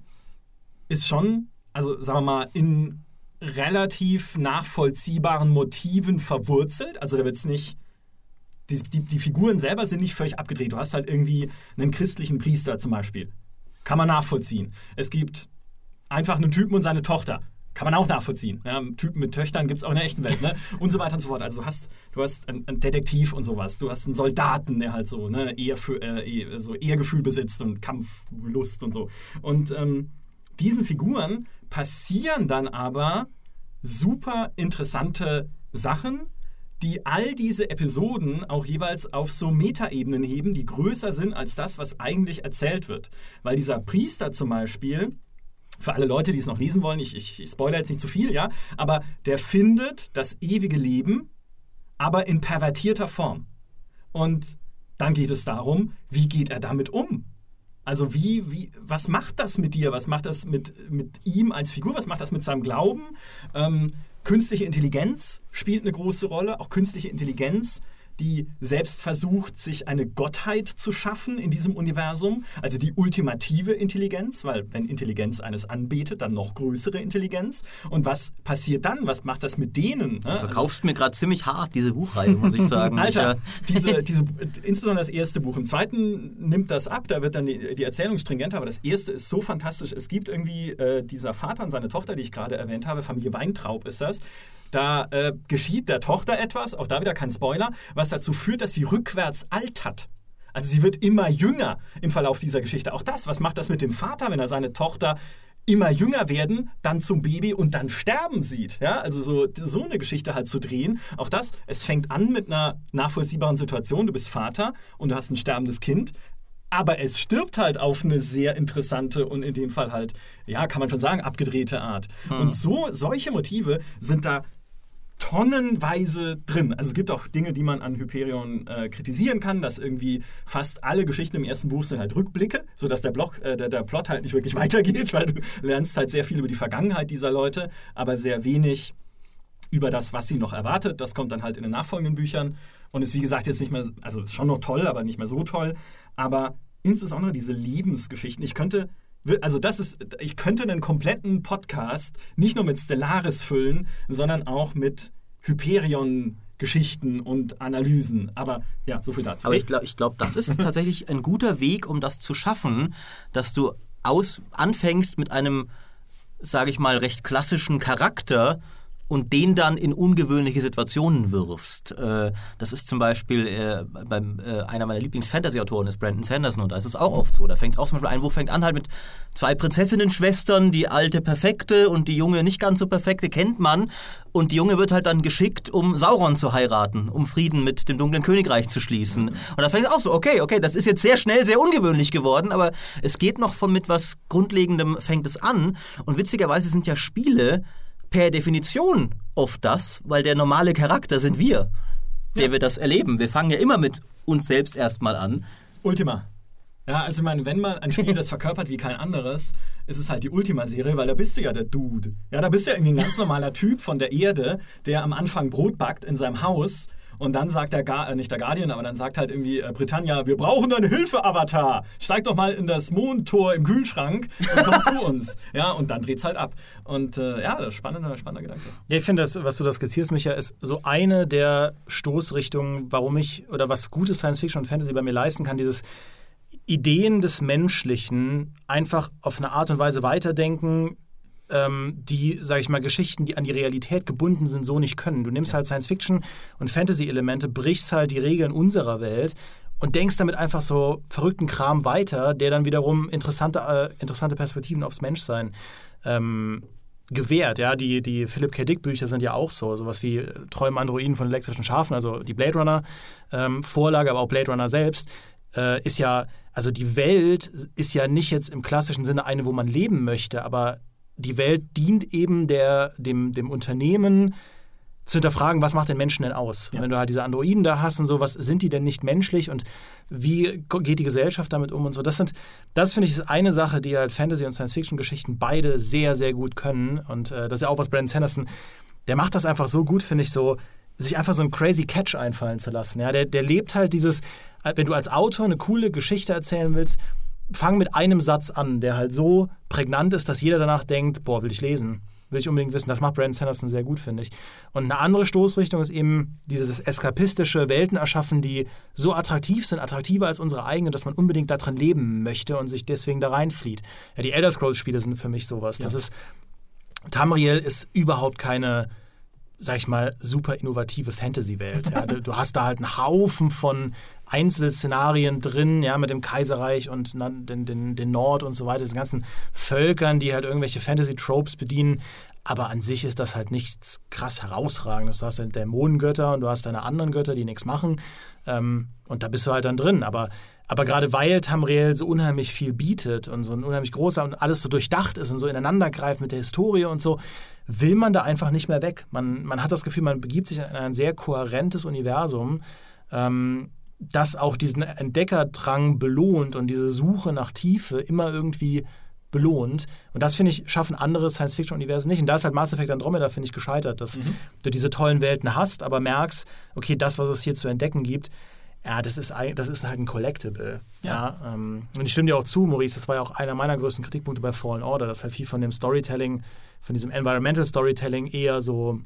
ist schon, also sagen wir mal, in relativ nachvollziehbaren Motiven verwurzelt. Also da wird es nicht, die, die, die Figuren selber sind nicht völlig abgedreht. Du hast halt irgendwie einen christlichen Priester zum Beispiel. Kann man nachvollziehen. Es gibt einfach einen Typen und seine Tochter. Kann man auch nachvollziehen. Ja, Typen mit Töchtern gibt es auch in der echten Welt, ne? Und so weiter und so fort. Also du hast, du hast einen, einen Detektiv und sowas. Du hast einen Soldaten, der halt so, ne, Ehrfü- äh, so Ehrgefühl besitzt und Kampflust und so. Und ähm, diesen Figuren passieren dann aber super interessante Sachen, die all diese Episoden auch jeweils auf so Metaebenen heben, die größer sind als das, was eigentlich erzählt wird. Weil dieser Priester zum Beispiel, für alle Leute, die es noch lesen wollen, ich, ich, ich spoilere jetzt nicht zu viel, ja, aber der findet das ewige Leben, aber in pervertierter Form. Und dann geht es darum, wie geht er damit um? Also wie, wie, was macht das mit dir? Was macht das mit, mit ihm als Figur? Was macht das mit seinem Glauben? Ähm, künstliche Intelligenz spielt eine große Rolle, auch künstliche Intelligenz, die selbst versucht, sich eine Gottheit zu schaffen in diesem Universum. Also die ultimative Intelligenz, weil wenn Intelligenz eines anbetet, dann noch größere Intelligenz. Und was passiert dann? Was macht das mit denen? Du verkaufst also, mir gerade ziemlich hart diese Buchreihe, muss ich sagen. Alter, diese, diese, insbesondere das erste Buch. Im zweiten nimmt das ab, da wird dann die, die Erzählung stringenter, aber das erste ist so fantastisch. Es gibt irgendwie äh, dieser Vater und seine Tochter, die ich gerade erwähnt habe, Familie Weintraub ist das. Da äh, geschieht der Tochter etwas, auch da wieder kein Spoiler, was dazu führt, dass sie rückwärts altert. Also sie wird immer jünger im Verlauf dieser Geschichte. Auch das, was macht das mit dem Vater, wenn er seine Tochter immer jünger werden, dann zum Baby und dann sterben sieht? Ja, also so, so eine Geschichte halt zu drehen. Auch das, es fängt an mit einer nachvollziehbaren Situation. Du bist Vater und du hast ein sterbendes Kind. Aber es stirbt halt auf eine sehr interessante und in dem Fall halt, ja, kann man schon sagen, abgedrehte Art. Hm. Und so, solche Motive sind da tonnenweise drin. Also es gibt auch Dinge, die man an Hyperion äh, kritisieren kann, dass irgendwie fast alle Geschichten im ersten Buch sind halt Rückblicke, sodass der, Block, äh, der, der Plot halt nicht wirklich weitergeht, weil du lernst halt sehr viel über die Vergangenheit dieser Leute, aber sehr wenig über das, was sie noch erwartet. Das kommt dann halt in den nachfolgenden Büchern und ist wie gesagt jetzt nicht mehr, also ist schon noch toll, aber nicht mehr so toll. Aber insbesondere diese Lebensgeschichten, ich könnte Also das ist, ich könnte einen kompletten Podcast nicht nur mit Stellaris füllen, sondern auch mit Hyperion-Geschichten und Analysen. Aber ja, so viel dazu. Aber ich glaube, ich glaub, das ist tatsächlich ein guter Weg, um das zu schaffen, dass du aus, anfängst mit einem, sage ich mal, recht klassischen Charakter und den dann in ungewöhnliche Situationen wirfst. Äh, das ist zum Beispiel äh, beim, äh, einer meiner Lieblings-Fantasy-Autoren ist Brandon Sanderson und da ist es auch oft so. Da fängt es auch zum Beispiel ein, wo fängt an halt mit zwei Prinzessinnen-Schwestern, die alte perfekte und die junge nicht ganz so perfekte kennt man und die junge wird halt dann geschickt, um Sauron zu heiraten, um Frieden mit dem dunklen Königreich zu schließen. Mhm. Und da fängt es auch so, okay, okay, das ist jetzt sehr schnell, sehr ungewöhnlich geworden, aber es geht noch von mit was Grundlegendem fängt es an und witzigerweise sind ja Spiele per Definition oft das, weil der normale Charakter sind wir, der ja. wir das erleben. Wir fangen ja immer mit uns selbst erstmal an. Ultima. Ja, also ich meine, wenn man ein Spiel das verkörpert wie kein anderes, ist es halt die Ultima-Serie, weil da bist du ja der Dude. Ja, da bist du ja irgendwie ein ganz normaler Typ von der Erde, der am Anfang Brot backt in seinem Haus. Und dann sagt der, Ga- äh, nicht der Guardian, aber dann sagt halt irgendwie äh, Britannia, wir brauchen deine Hilfe, Avatar. Steig doch mal in das Mondtor im Kühlschrank und komm zu uns. Ja, und dann dreht's halt ab. Und äh, ja, das ist spannender, spannender Gedanke. Ja, ich finde, das, was du da skizzierst, Micha, ist so eine der Stoßrichtungen, warum ich, oder was gutes Science-Fiction und Fantasy bei mir leisten kann, dieses Ideen des Menschlichen einfach auf eine Art und Weise weiterdenken, die, sage ich mal, Geschichten, die an die Realität gebunden sind, so nicht können. Du nimmst halt Science-Fiction und Fantasy-Elemente, brichst halt die Regeln unserer Welt und denkst damit einfach so verrückten Kram weiter, der dann wiederum interessante, äh, interessante Perspektiven aufs Menschsein ähm, gewährt. Ja, die, die Philip K. Dick-Bücher sind ja auch so, sowas wie Träumen Androiden von elektrischen Schafen, also die Blade Runner-Vorlage, ähm, aber auch Blade Runner selbst, äh, ist ja, also die Welt ist ja nicht jetzt im klassischen Sinne eine, wo man leben möchte, aber die Welt dient eben der, dem, dem Unternehmen zu hinterfragen, was macht den Menschen denn aus? Ja. Wenn du halt diese Androiden da hast und so, was sind die denn nicht menschlich und wie geht die Gesellschaft damit um und so. Das sind, das finde ich, ist eine Sache, die halt Fantasy- und Science-Fiction-Geschichten beide sehr, sehr gut können. Und äh, das ist ja auch was Brandon Sanderson, der macht das einfach so gut, finde ich, so, sich einfach so einen crazy Catch einfallen zu lassen. Ja, der, der lebt halt dieses, wenn du als Autor eine coole Geschichte erzählen willst, fang mit einem Satz an, der halt so prägnant ist, dass jeder danach denkt, boah, will ich lesen, will ich unbedingt wissen. Das macht Brandon Sanderson sehr gut, finde ich. Und eine andere Stoßrichtung ist eben dieses eskapistische Welten erschaffen, die so attraktiv sind, attraktiver als unsere eigenen, dass man unbedingt darin leben möchte und sich deswegen da reinflieht. Ja, die Elder Scrolls-Spiele sind für mich sowas. Ja. Das ist, Tamriel ist überhaupt keine, sag ich mal, super innovative Fantasy-Welt. Ja, du, du hast da halt einen Haufen von Einzelszenarien drin, ja, mit dem Kaiserreich und den, den, den Nord und so weiter, diesen ganzen Völkern, die halt irgendwelche Fantasy-Tropes bedienen. Aber an sich ist das halt nichts krass Herausragendes. Du hast deine Dämonengötter und du hast deine anderen Götter, die nichts machen. Ähm, und da bist du halt dann drin. Aber, aber gerade weil Tamriel so unheimlich viel bietet und so ein unheimlich großer und alles so durchdacht ist und so ineinander greift mit der Historie und so, will man da einfach nicht mehr weg. Man, man hat das Gefühl, man begibt sich in ein sehr kohärentes Universum, ähm, das auch diesen Entdeckerdrang belohnt und diese Suche nach Tiefe immer irgendwie belohnt. Und das, finde ich, schaffen andere Science-Fiction-Universen nicht. Und da ist halt Mass Effect Andromeda, finde ich, gescheitert, dass mhm. du diese tollen Welten hast, aber merkst, okay, das, was es hier zu entdecken gibt, ja, das ist, das ist halt ein Collectible. Ja. Ja, ähm, und ich stimme dir auch zu, Maurice, das war ja auch einer meiner größten Kritikpunkte bei Fallen Order, dass halt viel von dem Storytelling, von diesem Environmental Storytelling eher so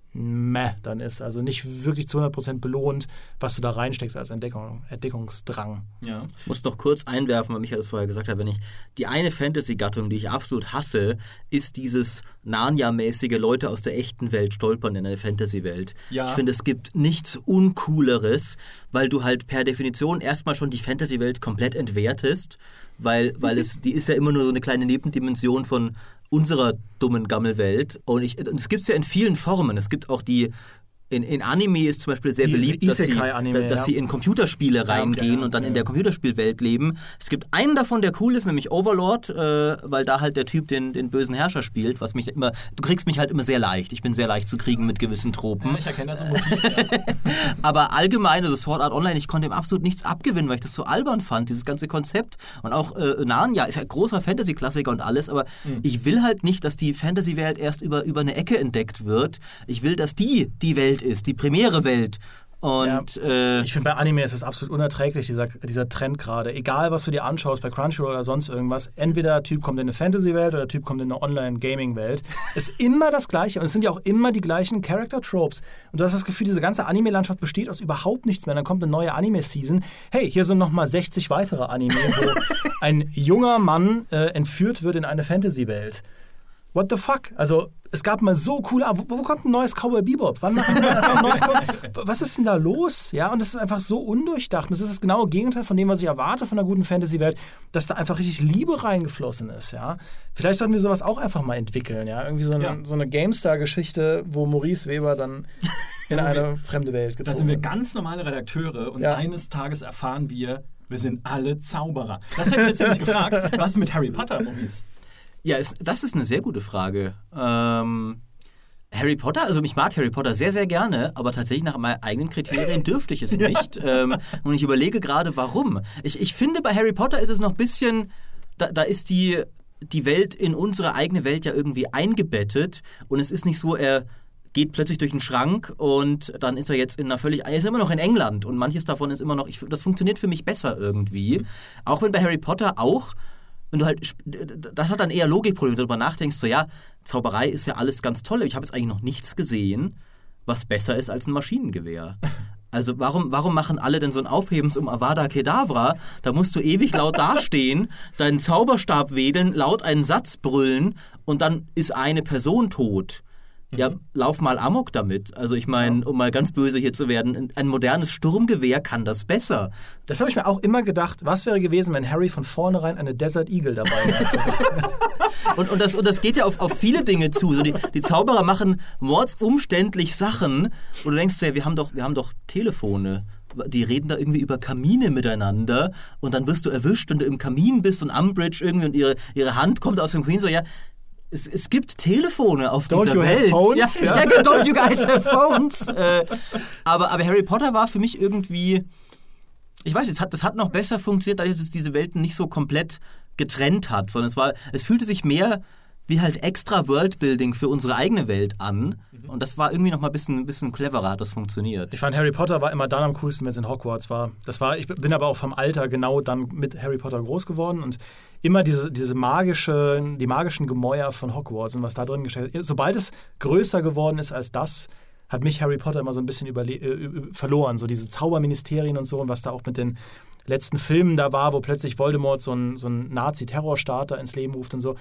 meh dann ist. Also nicht wirklich zu hundert Prozent belohnt, was du da reinsteckst als Entdeckung, Entdeckungsdrang. Ja. Ich muss noch kurz einwerfen, weil Michael das vorher gesagt hat, wenn ich die eine Fantasy-Gattung, die ich absolut hasse, ist dieses Narnia-mäßige Leute aus der echten Welt stolpern in eine Fantasy-Welt. Ja. Ich finde, es gibt nichts Uncooleres, weil du halt per Definition erstmal schon die Fantasy-Welt komplett entwertest, weil, weil es, die ist ja immer nur so eine kleine Nebendimension von unserer dummen Gammelwelt. Und, ich, und es gibt es ja in vielen Formen. Es gibt auch die, in, in Anime ist zum Beispiel sehr Diese beliebt, dass, sie, Anime, dass ja. sie in Computerspiele reingehen ja, ja, und dann ja. in der Computerspielwelt leben. Es gibt einen davon, der cool ist, nämlich Overlord, äh, weil da halt der Typ den, den bösen Herrscher spielt, was mich immer, du kriegst mich halt immer sehr leicht. Ich bin sehr leicht zu kriegen mit gewissen Tropen. Ja, ich erkenne das im Motiv, ja. Aber allgemein, also Sword Art Online, ich konnte ihm absolut nichts abgewinnen, weil ich das so albern fand, dieses ganze Konzept. Und auch äh, Narnia ist ja ein großer Fantasy-Klassiker und alles, aber mhm. ich will halt nicht, dass die Fantasy-Welt erst über, über eine Ecke entdeckt wird. Ich will, dass die die Welt ist, die primäre Welt. Und, ja, äh, ich finde, bei Anime ist es absolut unerträglich, dieser, dieser Trend gerade. Egal, was du dir anschaust, bei Crunchyroll oder sonst irgendwas, entweder der Typ kommt in eine Fantasy-Welt oder der Typ kommt in eine Online-Gaming-Welt. Ist immer das Gleiche und es sind ja auch immer die gleichen Character-Tropes. Und du hast das Gefühl, diese ganze Anime-Landschaft besteht aus überhaupt nichts mehr. Dann kommt eine neue Anime-Season. Hey, hier sind nochmal sechzig weitere Anime, wo ein junger Mann äh, entführt wird in eine Fantasy-Welt. what the fuck? Also, es gab mal so coole... Wo, wo kommt ein neues Cowboy Bebop? Wann machen wir ein neues Cowboy? Was ist denn da los? Ja, und das ist einfach so undurchdacht. Und das ist das genaue Gegenteil von dem, was ich erwarte von einer guten Fantasy-Welt, dass da einfach richtig Liebe reingeflossen ist, ja. Vielleicht sollten wir sowas auch einfach mal entwickeln, ja. Irgendwie so eine, ja. so eine GameStar-Geschichte, wo Maurice Weber dann in eine fremde Welt gezogen wird. Da sind wir ganz normale Redakteure und ja. eines Tages erfahren wir, wir sind alle Zauberer. Das hätte ich jetzt nämlich gefragt. Was mit Harry Potter, Maurice? Ja, es, das ist eine sehr gute Frage. Ähm, Harry Potter, also ich mag Harry Potter sehr, sehr gerne, aber tatsächlich nach meinen eigenen Kriterien dürfte ich es ja. nicht. Ähm, und ich überlege gerade, warum. Ich, ich finde, bei Harry Potter ist es noch ein bisschen, da, da ist die, die Welt in unsere eigene Welt ja irgendwie eingebettet und es ist nicht so, er geht plötzlich durch einen Schrank und dann ist er jetzt in einer völlig, er ist immer noch in England und manches davon ist immer noch, ich, das funktioniert für mich besser irgendwie. Mhm. Auch wenn bei Harry Potter auch, wenn du halt, das hat dann eher Logikprobleme, wenn du darüber nachdenkst, so ja, Zauberei ist ja alles ganz toll, aber ich habe jetzt eigentlich noch nichts gesehen, was besser ist als ein Maschinengewehr. Also warum, warum machen alle denn so ein Aufhebens um Avada Kedavra? Da musst du ewig laut dastehen, deinen Zauberstab wedeln, laut einen Satz brüllen und dann ist eine Person tot. Ja, lauf mal Amok damit. Also ich meine, um mal ganz böse hier zu werden, ein modernes Sturmgewehr kann das besser. Das habe ich mir auch immer gedacht, was wäre gewesen, wenn Harry von vornherein eine Desert Eagle dabei hätte. und, und, das, und das geht ja auf, auf viele Dinge zu. So die, die Zauberer machen mordsumständlich Sachen, wo du denkst, ja, wir haben doch, wir haben doch Telefone. Die reden da irgendwie über Kamine miteinander und dann wirst du erwischt, wenn du im Kamin bist und Umbridge irgendwie und ihre, ihre Hand kommt aus dem Queen, so ja, Es, es gibt Telefone auf don't dieser you Welt. Have phones? Ja, ja. ja, don't you guys have phones? äh, aber, aber Harry Potter war für mich irgendwie, ich weiß, das hat, das hat noch besser funktioniert, dadurch, dass es diese Welten nicht so komplett getrennt hat, sondern es war, es fühlte sich mehr wie halt extra Worldbuilding für unsere eigene Welt an. Mhm. Und das war irgendwie noch mal ein bisschen, ein bisschen cleverer, hat das funktioniert. Ich fand, Harry Potter war immer dann am coolsten, wenn es in Hogwarts war. Das war. Ich bin aber auch vom Alter genau dann mit Harry Potter groß geworden und immer diese, diese magische, die magischen Gemäuer von Hogwarts und was da drin gestellt ist. Sobald es größer geworden ist als das, hat mich Harry Potter immer so ein bisschen überle- äh, verloren. So diese Zauberministerien und so und was da auch mit den letzten Filmen da war, wo plötzlich Voldemort so einen so einen Nazi-Terrorstarter ins Leben ruft und so.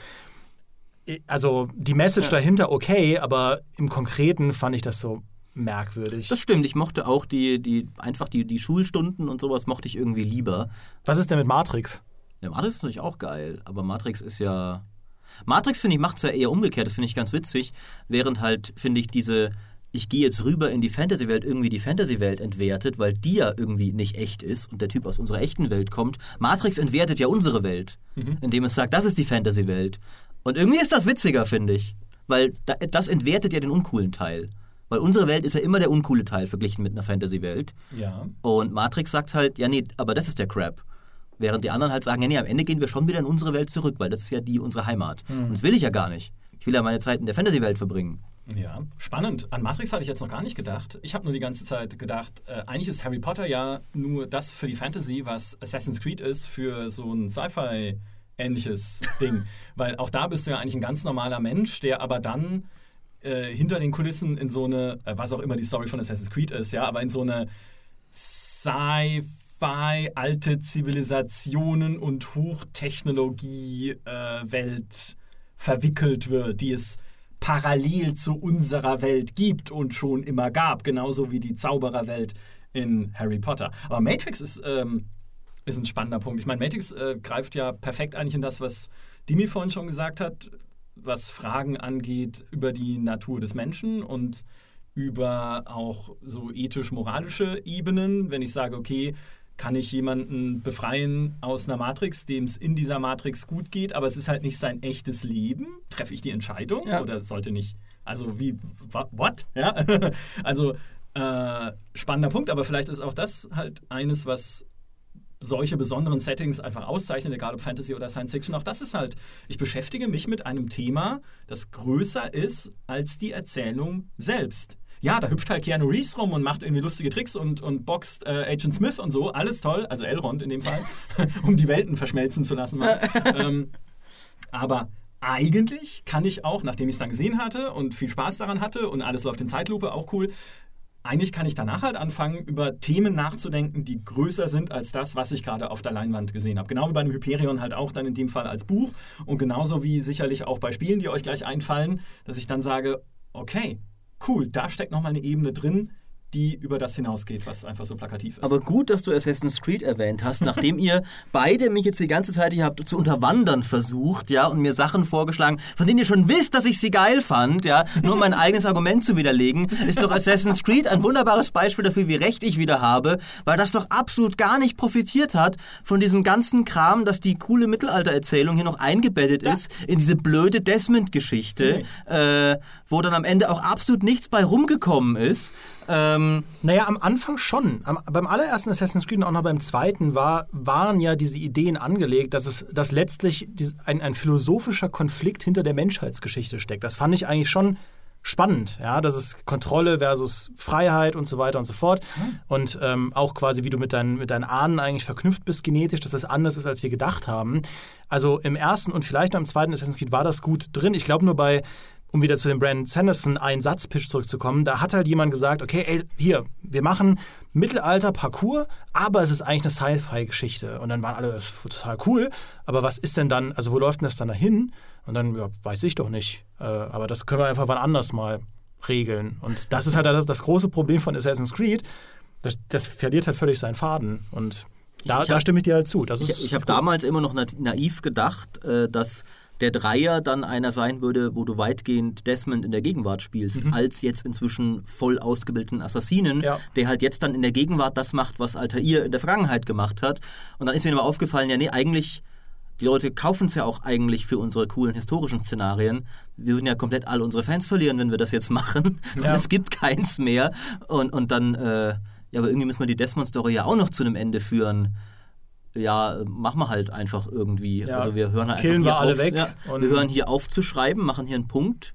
Also die Message ja. dahinter okay, aber im Konkreten fand ich das so merkwürdig. Das stimmt, ich mochte auch die, die einfach die, die Schulstunden und sowas mochte ich irgendwie lieber. Was ist denn mit Matrix? Ja, Matrix ist natürlich auch geil, aber Matrix ist ja... Matrix, finde ich, macht es ja eher umgekehrt, das finde ich ganz witzig, während halt, finde ich, diese... Ich gehe jetzt rüber in die Fantasy-Welt, irgendwie die Fantasy-Welt entwertet, weil die ja irgendwie nicht echt ist und der Typ aus unserer echten Welt kommt. Matrix entwertet ja unsere Welt, mhm. indem es sagt, das ist die Fantasy-Welt. Und irgendwie ist das witziger, finde ich. Weil das entwertet ja den uncoolen Teil. Weil unsere Welt ist ja immer der uncoole Teil verglichen mit einer Fantasy-Welt. Ja. Und Matrix sagt halt, ja nee, aber das ist der Crap. Während die anderen halt sagen, ja nee, am Ende gehen wir schon wieder in unsere Welt zurück, weil das ist ja die unsere Heimat. Mhm. Und das will ich ja gar nicht. Ich will ja meine Zeit in der Fantasy-Welt verbringen. Ja, spannend. An Matrix hatte ich jetzt noch gar nicht gedacht. Ich habe nur die ganze Zeit gedacht, äh, eigentlich ist Harry Potter ja nur das für die Fantasy, was Assassin's Creed ist für so ein Sci-Fi ähnliches Ding. Weil auch da bist du ja eigentlich ein ganz normaler Mensch, der aber dann äh, hinter den Kulissen in so eine, äh, was auch immer die Story von Assassin's Creed ist, ja, aber in so eine Sci-Fi, alte Zivilisationen und Hochtechnologie-Welt äh, verwickelt wird, die es parallel zu unserer Welt gibt und schon immer gab, genauso wie die Zaubererwelt in Harry Potter. Aber Matrix ist... Ähm, ist ein spannender Punkt. Ich meine, Matrix äh, greift ja perfekt eigentlich in das, was Dimi vorhin schon gesagt hat, was Fragen angeht über die Natur des Menschen und über auch so ethisch-moralische Ebenen. Wenn ich sage, okay, kann ich jemanden befreien aus einer Matrix, dem es in dieser Matrix gut geht, aber es ist halt nicht sein echtes Leben? Treffe ich die Entscheidung? Ja. Oder sollte nicht? Also wie, what? Ja? Also äh, spannender Punkt, aber vielleicht ist auch das halt eines, was solche besonderen Settings einfach auszeichnen, egal ob Fantasy oder Science Fiction. Auch das ist halt, ich beschäftige mich mit einem Thema, das größer ist als die Erzählung selbst. Ja, da hüpft halt Keanu Reeves rum und macht irgendwie lustige Tricks und, und boxt äh, Agent Smith und so. Alles toll, also Elrond in dem Fall, um die Welten verschmelzen zu lassen. ähm, aber eigentlich kann ich auch, nachdem ich es dann gesehen hatte und viel Spaß daran hatte und alles läuft in Zeitlupe, auch cool, eigentlich kann ich danach halt anfangen, über Themen nachzudenken, die größer sind als das, was ich gerade auf der Leinwand gesehen habe. Genau wie bei einem Hyperion halt auch dann in dem Fall als Buch und genauso wie sicherlich auch bei Spielen, die euch gleich einfallen, dass ich dann sage, okay, cool, da steckt nochmal eine Ebene drin, die über das hinausgeht, was einfach so plakativ ist. Aber gut, dass du Assassin's Creed erwähnt hast, nachdem ihr beide mich jetzt die ganze Zeit hier habt zu unterwandern versucht, ja, und mir Sachen vorgeschlagen, von denen ihr schon wisst, dass ich sie geil fand, ja, nur um mein eigenes Argument zu widerlegen, ist doch Assassin's Creed ein wunderbares Beispiel dafür, wie recht ich wieder habe, weil das doch absolut gar nicht profitiert hat von diesem ganzen Kram, dass die coole Mittelaltererzählung hier noch eingebettet ja. ist in diese blöde Desmond-Geschichte, okay. äh, wo dann am Ende auch absolut nichts bei rumgekommen ist. Ähm, naja, am Anfang schon. Am, beim allerersten Assassin's Creed und auch noch beim zweiten war, waren ja diese Ideen angelegt, dass es dass letztlich ein, ein philosophischer Konflikt hinter der Menschheitsgeschichte steckt. Das fand ich eigentlich schon spannend, ja, dass es Kontrolle versus Freiheit und so weiter und so fort. Mhm. Und ähm, auch quasi, wie du mit deinen, mit deinen Ahnen eigentlich verknüpft bist genetisch, dass das anders ist, als wir gedacht haben. Also im ersten und vielleicht noch im zweiten Assassin's Creed war das gut drin. Ich glaube nur bei um wieder zu dem Brandon Sanderson Einsatzpitch zurückzukommen, da hat halt jemand gesagt, okay, ey, hier, wir machen Mittelalter-Parcours, aber es ist eigentlich eine Sci-Fi-Geschichte. Und dann waren alle, das ist total cool, aber was ist denn dann, also wo läuft denn das dann dahin? Und dann, ja, weiß ich doch nicht. Äh, aber das können wir einfach wann anders mal regeln. Und das ist halt das, das große Problem von Assassin's Creed. Das, das verliert halt völlig seinen Faden. Und da, ich, ich hab, da stimme ich dir halt zu. Das ist ich ich habe damals immer noch naiv gedacht, äh, dass der Dreier dann einer sein würde, wo du weitgehend Desmond in der Gegenwart spielst, mhm. als jetzt inzwischen voll ausgebildeten Assassinen, ja. der halt jetzt dann in der Gegenwart das macht, was Altair in der Vergangenheit gemacht hat. Und dann ist mir aber aufgefallen, ja nee, eigentlich, die Leute kaufen es ja auch eigentlich für unsere coolen historischen Szenarien. Wir würden ja komplett all unsere Fans verlieren, wenn wir das jetzt machen. Ja. Und es gibt keins mehr. Und, und dann, äh, ja, aber irgendwie müssen wir die Desmond-Story ja auch noch zu einem Ende führen. Ja, machen wir halt einfach irgendwie. Ja, also wir hören halt killen einfach wir hier alle auf, weg. Ja, und wir hören hier auf zu schreiben, machen hier einen Punkt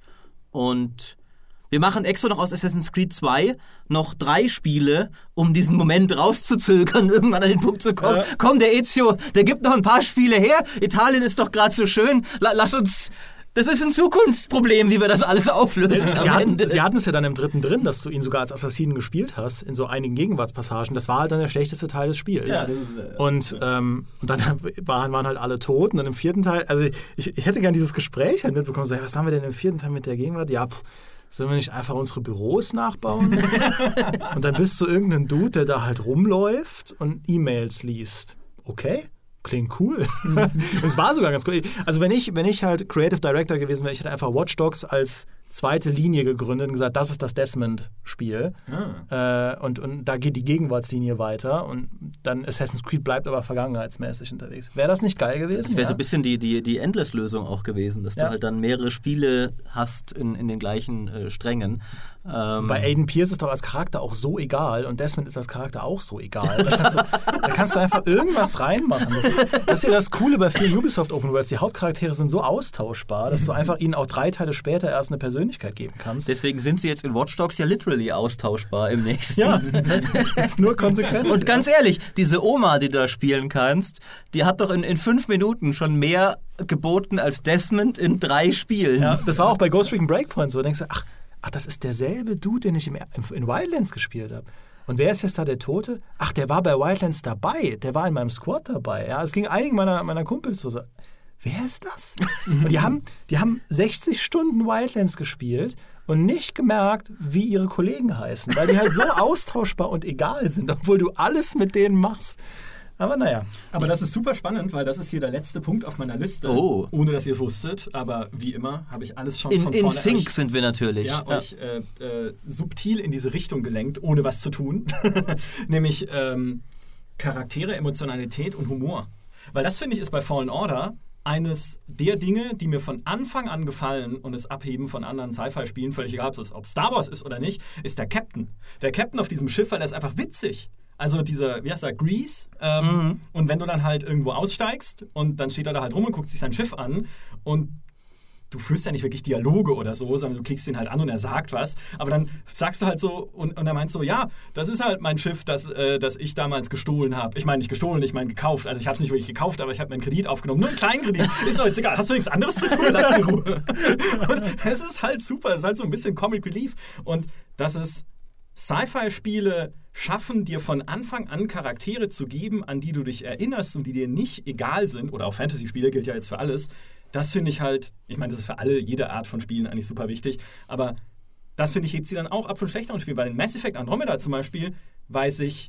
und wir machen extra noch aus Assassin's Creed zwei noch drei Spiele, um diesen Moment rauszuzögern, irgendwann an den Punkt zu kommen. Ja. Komm, der Ezio, der gibt noch ein paar Spiele her. Italien ist doch gerade so schön. La- lass uns... Das ist ein Zukunftsproblem, wie wir das alles auflösen. Sie hatten, Sie hatten es ja dann im dritten drin, dass du ihn sogar als Assassinen gespielt hast, in so einigen Gegenwartspassagen. Das war halt dann der schlechteste Teil des Spiels. Ja, das ist, äh, und, ähm, und dann waren, waren halt alle tot. Und dann im vierten Teil, also ich, ich hätte gerne dieses Gespräch halt mitbekommen, so, ja, was haben wir denn im vierten Teil mit der Gegenwart? Ja, pff, sollen wir nicht einfach unsere Büros nachbauen? Und dann bist du irgendein Dude, der da halt rumläuft und E-Mails liest. Okay. Klingt cool. Es war sogar ganz cool. Also wenn ich, wenn ich halt Creative Director gewesen wäre, ich hätte einfach Watch Dogs als zweite Linie gegründet und gesagt, das ist das Desmond-Spiel. Ah. Äh, und, und da geht die Gegenwartslinie weiter und dann Assassin's Creed bleibt aber vergangenheitsmäßig unterwegs. Wäre das nicht geil gewesen? Das wäre ja? so ein bisschen die, die, die Endless-Lösung auch gewesen, dass ja. du halt dann mehrere Spiele hast in, in den gleichen äh, Strängen. Ähm Bei Aiden Pierce ist doch als Charakter auch so egal und Desmond ist als Charakter auch so egal. Da kannst du, da kannst du einfach irgendwas reinmachen. Das ist, das ist ja das Coole bei vielen Ubisoft Open Worlds. Die Hauptcharaktere sind so austauschbar, dass du einfach ihnen auch drei Teile später erst eine Persönlichkeit geben kannst. Deswegen sind sie jetzt in Watch Dogs ja literally austauschbar im nächsten. Ja, das ist nur konsequent. Und ganz ehrlich, diese Oma, die du da spielen kannst, die hat doch in, in fünf Minuten schon mehr geboten als Desmond in drei Spielen. Ja, das war auch bei Ghost Recon Breakpoint so. Da denkst du, ach, ach, das ist derselbe Dude, den ich im, in Wildlands gespielt habe. Und wer ist jetzt da der Tote? Ach, der war bei Wildlands dabei. Der war in meinem Squad dabei. Ja, es ging einigen meiner, meiner Kumpels so. Wer ist das? Und die haben, die haben sechzig Stunden Wildlands gespielt und nicht gemerkt, wie ihre Kollegen heißen. Weil die halt so austauschbar und egal sind, obwohl du alles mit denen machst. Aber naja. Aber das ist super spannend, weil das ist hier der letzte Punkt auf meiner Liste, oh. ohne dass ihr es wusstet. Aber wie immer habe ich alles schon in, von in vorne... In Sync sind wir natürlich. Ja, ja. euch äh, äh, subtil in diese Richtung gelenkt, ohne was zu tun. Nämlich ähm, Charaktere, Emotionalität und Humor. Weil das, finde ich, ist bei Fallen Order eines der Dinge, die mir von Anfang an gefallen und es abheben von anderen Sci-Fi-Spielen, völlig egal, ob es ob Star Wars ist oder nicht, ist der Captain. Der Captain auf diesem Schiff, weil er ist einfach witzig. Also dieser, wie heißt er, Grease. Ähm, mhm. Und wenn du dann halt irgendwo aussteigst und dann steht er da halt rum und guckt sich sein Schiff an und du führst ja nicht wirklich Dialoge oder so, sondern du klickst ihn halt an und er sagt was. Aber dann sagst du halt so und, und er meint so, ja, das ist halt mein Schiff, das, äh, das ich damals gestohlen habe. Ich meine nicht gestohlen, ich meine gekauft. Also ich habe es nicht wirklich gekauft, aber ich habe meinen Kredit aufgenommen. Nur einen kleinen Kredit. Ist doch jetzt egal. Hast du nichts anderes zu tun? Lass mich in Ruhe. Und es ist halt super. Es ist halt so ein bisschen Comic Relief. Und das ist Sci-Fi-Spiele schaffen, dir von Anfang an Charaktere zu geben, an die du dich erinnerst und die dir nicht egal sind, oder auch Fantasy-Spiele gilt ja jetzt für alles, das finde ich halt, ich meine, das ist für alle, jede Art von Spielen eigentlich super wichtig, aber das, finde ich, hebt sie dann auch ab von schlechteren Spielen. Bei den Mass Effect Andromeda zum Beispiel weiß ich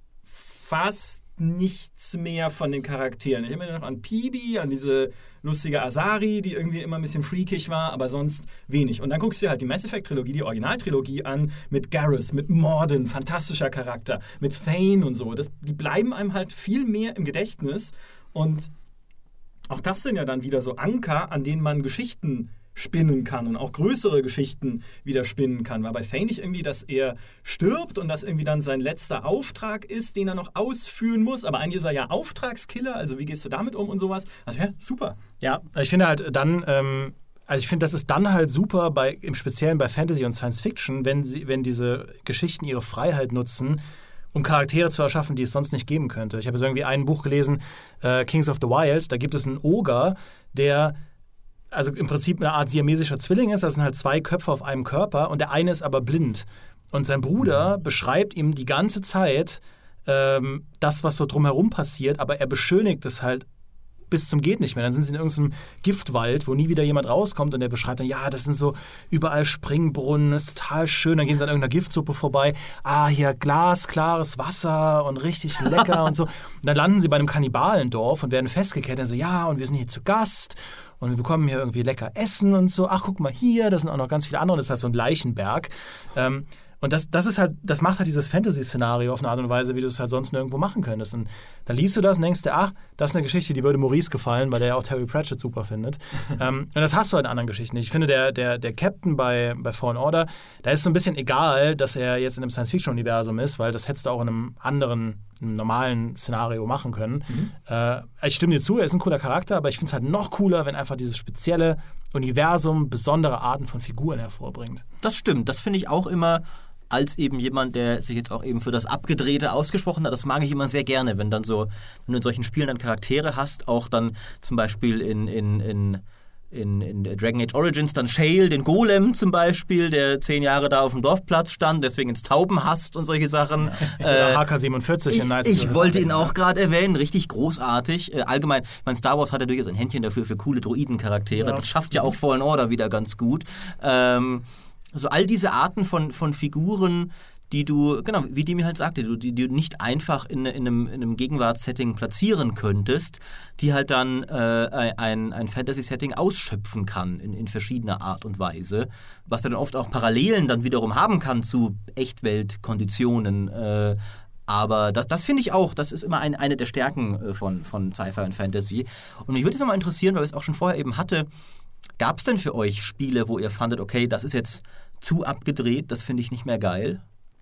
fast nichts mehr von den Charakteren. Ich erinnere mich noch an Peebee, an diese lustige Asari, die irgendwie immer ein bisschen freakig war, aber sonst wenig. Und dann guckst du dir halt die Mass Effect-Trilogie, die Originaltrilogie an, mit Garrus, mit Mordin, fantastischer Charakter, mit Thane und so. Das, die bleiben einem halt viel mehr im Gedächtnis. Und auch das sind ja dann wieder so Anker, an denen man Geschichten spinnen kann und auch größere Geschichten wieder spinnen kann. Weil bei Thane nicht irgendwie, dass er stirbt und das irgendwie dann sein letzter Auftrag ist, den er noch ausführen muss. Aber eigentlich ist er ja Auftragskiller, also wie gehst du damit um und sowas? Also ja, super. Ja, ich finde halt dann, ähm, also ich finde, das ist dann halt super, bei, im Speziellen bei Fantasy und Science Fiction, wenn, sie, wenn diese Geschichten ihre Freiheit nutzen, um Charaktere zu erschaffen, die es sonst nicht geben könnte. Ich habe jetzt irgendwie ein Buch gelesen, äh, Kings of the Wild, da gibt es einen Ogre, der also im Prinzip eine Art siamesischer Zwilling ist. Das sind halt zwei Köpfe auf einem Körper und der eine ist aber blind. Und sein Bruder beschreibt ihm die ganze Zeit ähm, das, was so drumherum passiert, aber er beschönigt es halt bis zum geht nicht mehr. Dann sind sie in irgendeinem Giftwald, wo nie wieder jemand rauskommt und der beschreibt dann, ja, das sind so überall Springbrunnen, das ist total schön. Dann gehen sie an irgendeiner Giftsuppe vorbei. Ah, hier glasklares Wasser und richtig lecker und so. Und dann landen sie bei einem Kannibalendorf und werden festgekettet. Und so, ja, und wir sind hier zu Gast und wir bekommen hier irgendwie lecker Essen und so. Ach, guck mal hier, da sind auch noch ganz viele andere. Das ist halt so ein Leichenberg. Ähm, Und das, das ist halt, das macht halt dieses Fantasy-Szenario auf eine Art und Weise, wie du es halt sonst nirgendwo machen könntest. Und dann liest du das und denkst dir, ach, das ist eine Geschichte, die würde Maurice gefallen, weil der ja auch Terry Pratchett super findet. ähm, und das hast du halt in anderen Geschichten. Ich finde, der, der, der Captain bei, bei Fallen Order, da ist so ein bisschen egal, dass er jetzt in einem Science-Fiction-Universum ist, weil das hättest du auch in einem anderen, einem normalen Szenario machen können. Mhm. Äh, ich stimme dir zu, er ist ein cooler Charakter, aber ich finde es halt noch cooler, wenn einfach dieses spezielle Universum besondere Arten von Figuren hervorbringt. Das stimmt, das finde ich auch immer, als eben jemand, der sich jetzt auch eben für das Abgedrehte ausgesprochen hat, das mag ich immer sehr gerne, wenn dann so, wenn du in solchen Spielen dann Charaktere hast, auch dann zum Beispiel in, in, in, in, in Dragon Age Origins dann Shale, den Golem zum Beispiel, der zehn Jahre da auf dem Dorfplatz stand, deswegen ins Tauben hasst und solche Sachen. Oder H K siebenundvierzig ich, in Nice. Ich wollte ihn auch gerade erwähnen, richtig großartig. Äh, allgemein, mein Star Wars hat ja durchaus ein Händchen dafür für coole Droidencharaktere. Ja. Das schafft ja auch Fallen Order wieder ganz gut. Ähm, Also all diese Arten von, von Figuren, die du, genau, wie Demi halt sagte, die, die du nicht einfach in, in einem, in einem Gegenwartssetting platzieren könntest, die halt dann äh, ein, ein Fantasy-Setting ausschöpfen kann in, in verschiedener Art und Weise, was dann oft auch Parallelen dann wiederum haben kann zu Echtweltkonditionen. Äh, aber das, das finde ich auch, das ist immer ein, eine der Stärken von, von Sci-Fi und Fantasy. Und mich würde es nochmal interessieren, weil ich es auch schon vorher eben hatte, gab es denn für euch Spiele, wo ihr fandet, okay, das ist jetzt zu abgedreht, das finde ich nicht mehr geil?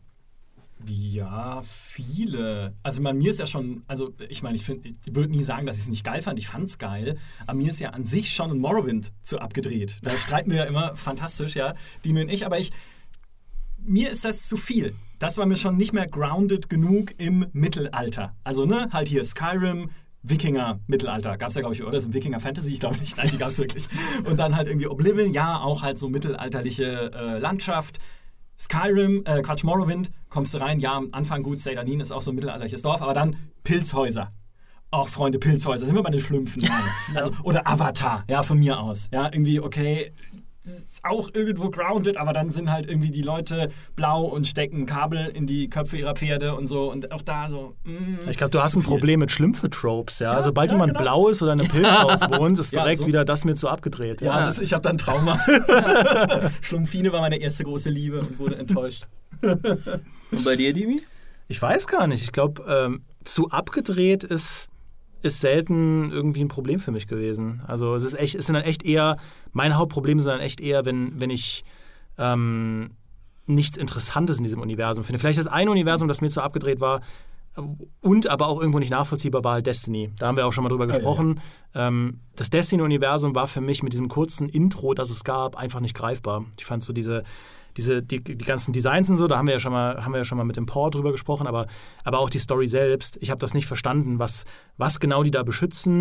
Ja, viele. Also bei mir ist ja schon, also ich meine, ich, ich würde nie sagen, dass ich es nicht geil fand, ich fand es geil, aber mir ist ja an sich schon ein Morrowind zu abgedreht. Da streiten wir ja immer fantastisch, ja, die und ich, aber ich, mir ist das zu viel. Das war mir schon nicht mehr grounded genug im Mittelalter. Also ne, halt hier Skyrim, Wikinger-Mittelalter. Gab es ja, glaube ich, oder? Das ist ein Wikinger-Fantasy? Ich glaube nicht. Nein, die gab es wirklich. Und dann halt irgendwie Oblivion, ja, auch halt so mittelalterliche äh, Landschaft. Skyrim, äh, Quatsch, Morrowind, kommst du rein, ja, am Anfang gut, Seydanin ist auch so ein mittelalterliches Dorf, aber dann Pilzhäuser. Auch Freunde, Pilzhäuser, sind wir bei den Schlümpfen. Ja. Also, oder Avatar, ja, von mir aus. Ja, irgendwie, okay, ist auch irgendwo grounded, aber dann sind halt irgendwie die Leute blau und stecken Kabel in die Köpfe ihrer Pferde und so und auch da so. Mm, ich glaube, du hast ein Problem mit Schlümpfe-Tropes, ja. ja Sobald ja, jemand genau. blau ist oder in einem Pilzhaus wohnt, ist direkt ja, so. wieder das mir zu abgedreht. Ja, ja. Das, ich habe dann Trauma. Schlumpfine war meine erste große Liebe und wurde enttäuscht. Und bei dir, Dimi? Ich weiß gar nicht. Ich glaube, ähm, zu abgedreht ist ist selten irgendwie ein Problem für mich gewesen. Also es ist echt, es sind dann echt eher, meine Hauptprobleme sind dann echt eher, wenn, wenn ich ähm, nichts Interessantes in diesem Universum finde. Vielleicht das eine Universum, das mir zu abgedreht war und aber auch irgendwo nicht nachvollziehbar war, halt Destiny. Da haben wir auch schon mal drüber gesprochen. Ja, ja. Ähm, das Destiny-Universum war für mich mit diesem kurzen Intro, das es gab, einfach nicht greifbar. Ich fand so diese Diese, die, die ganzen Designs und so, da haben wir ja schon mal, haben wir ja schon mal mit dem Paul drüber gesprochen, aber, aber auch die Story selbst, ich habe das nicht verstanden, was, was genau die da beschützen.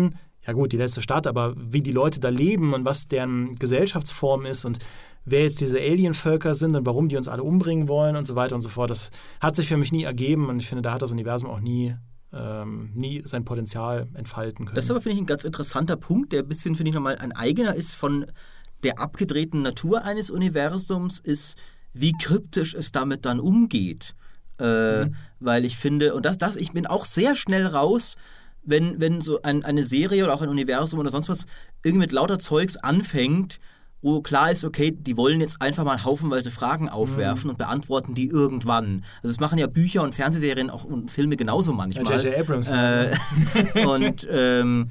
ja gut, die letzte Stadt, aber wie die Leute da leben und was deren Gesellschaftsform ist und wer jetzt diese Alienvölker sind und warum die uns alle umbringen wollen und so weiter und so fort, das hat sich für mich nie ergeben und ich finde, da hat das Universum auch nie, ähm, nie sein Potenzial entfalten können. Das ist aber, finde ich, ein ganz interessanter Punkt, der ein bisschen, finde ich, nochmal ein eigener ist von der abgedrehten Natur eines Universums, ist, wie kryptisch es damit dann umgeht. Äh, mhm. Weil ich finde, und das, das, ich bin auch sehr schnell raus, wenn, wenn so ein, eine Serie oder auch ein Universum oder sonst was irgendwie mit lauter Zeugs anfängt, wo klar ist, okay, die wollen jetzt einfach mal haufenweise Fragen aufwerfen mhm. und beantworten die irgendwann. Also das machen ja Bücher und Fernsehserien auch und Filme genauso manchmal. Ja, J J Abrams. Äh, und ähm,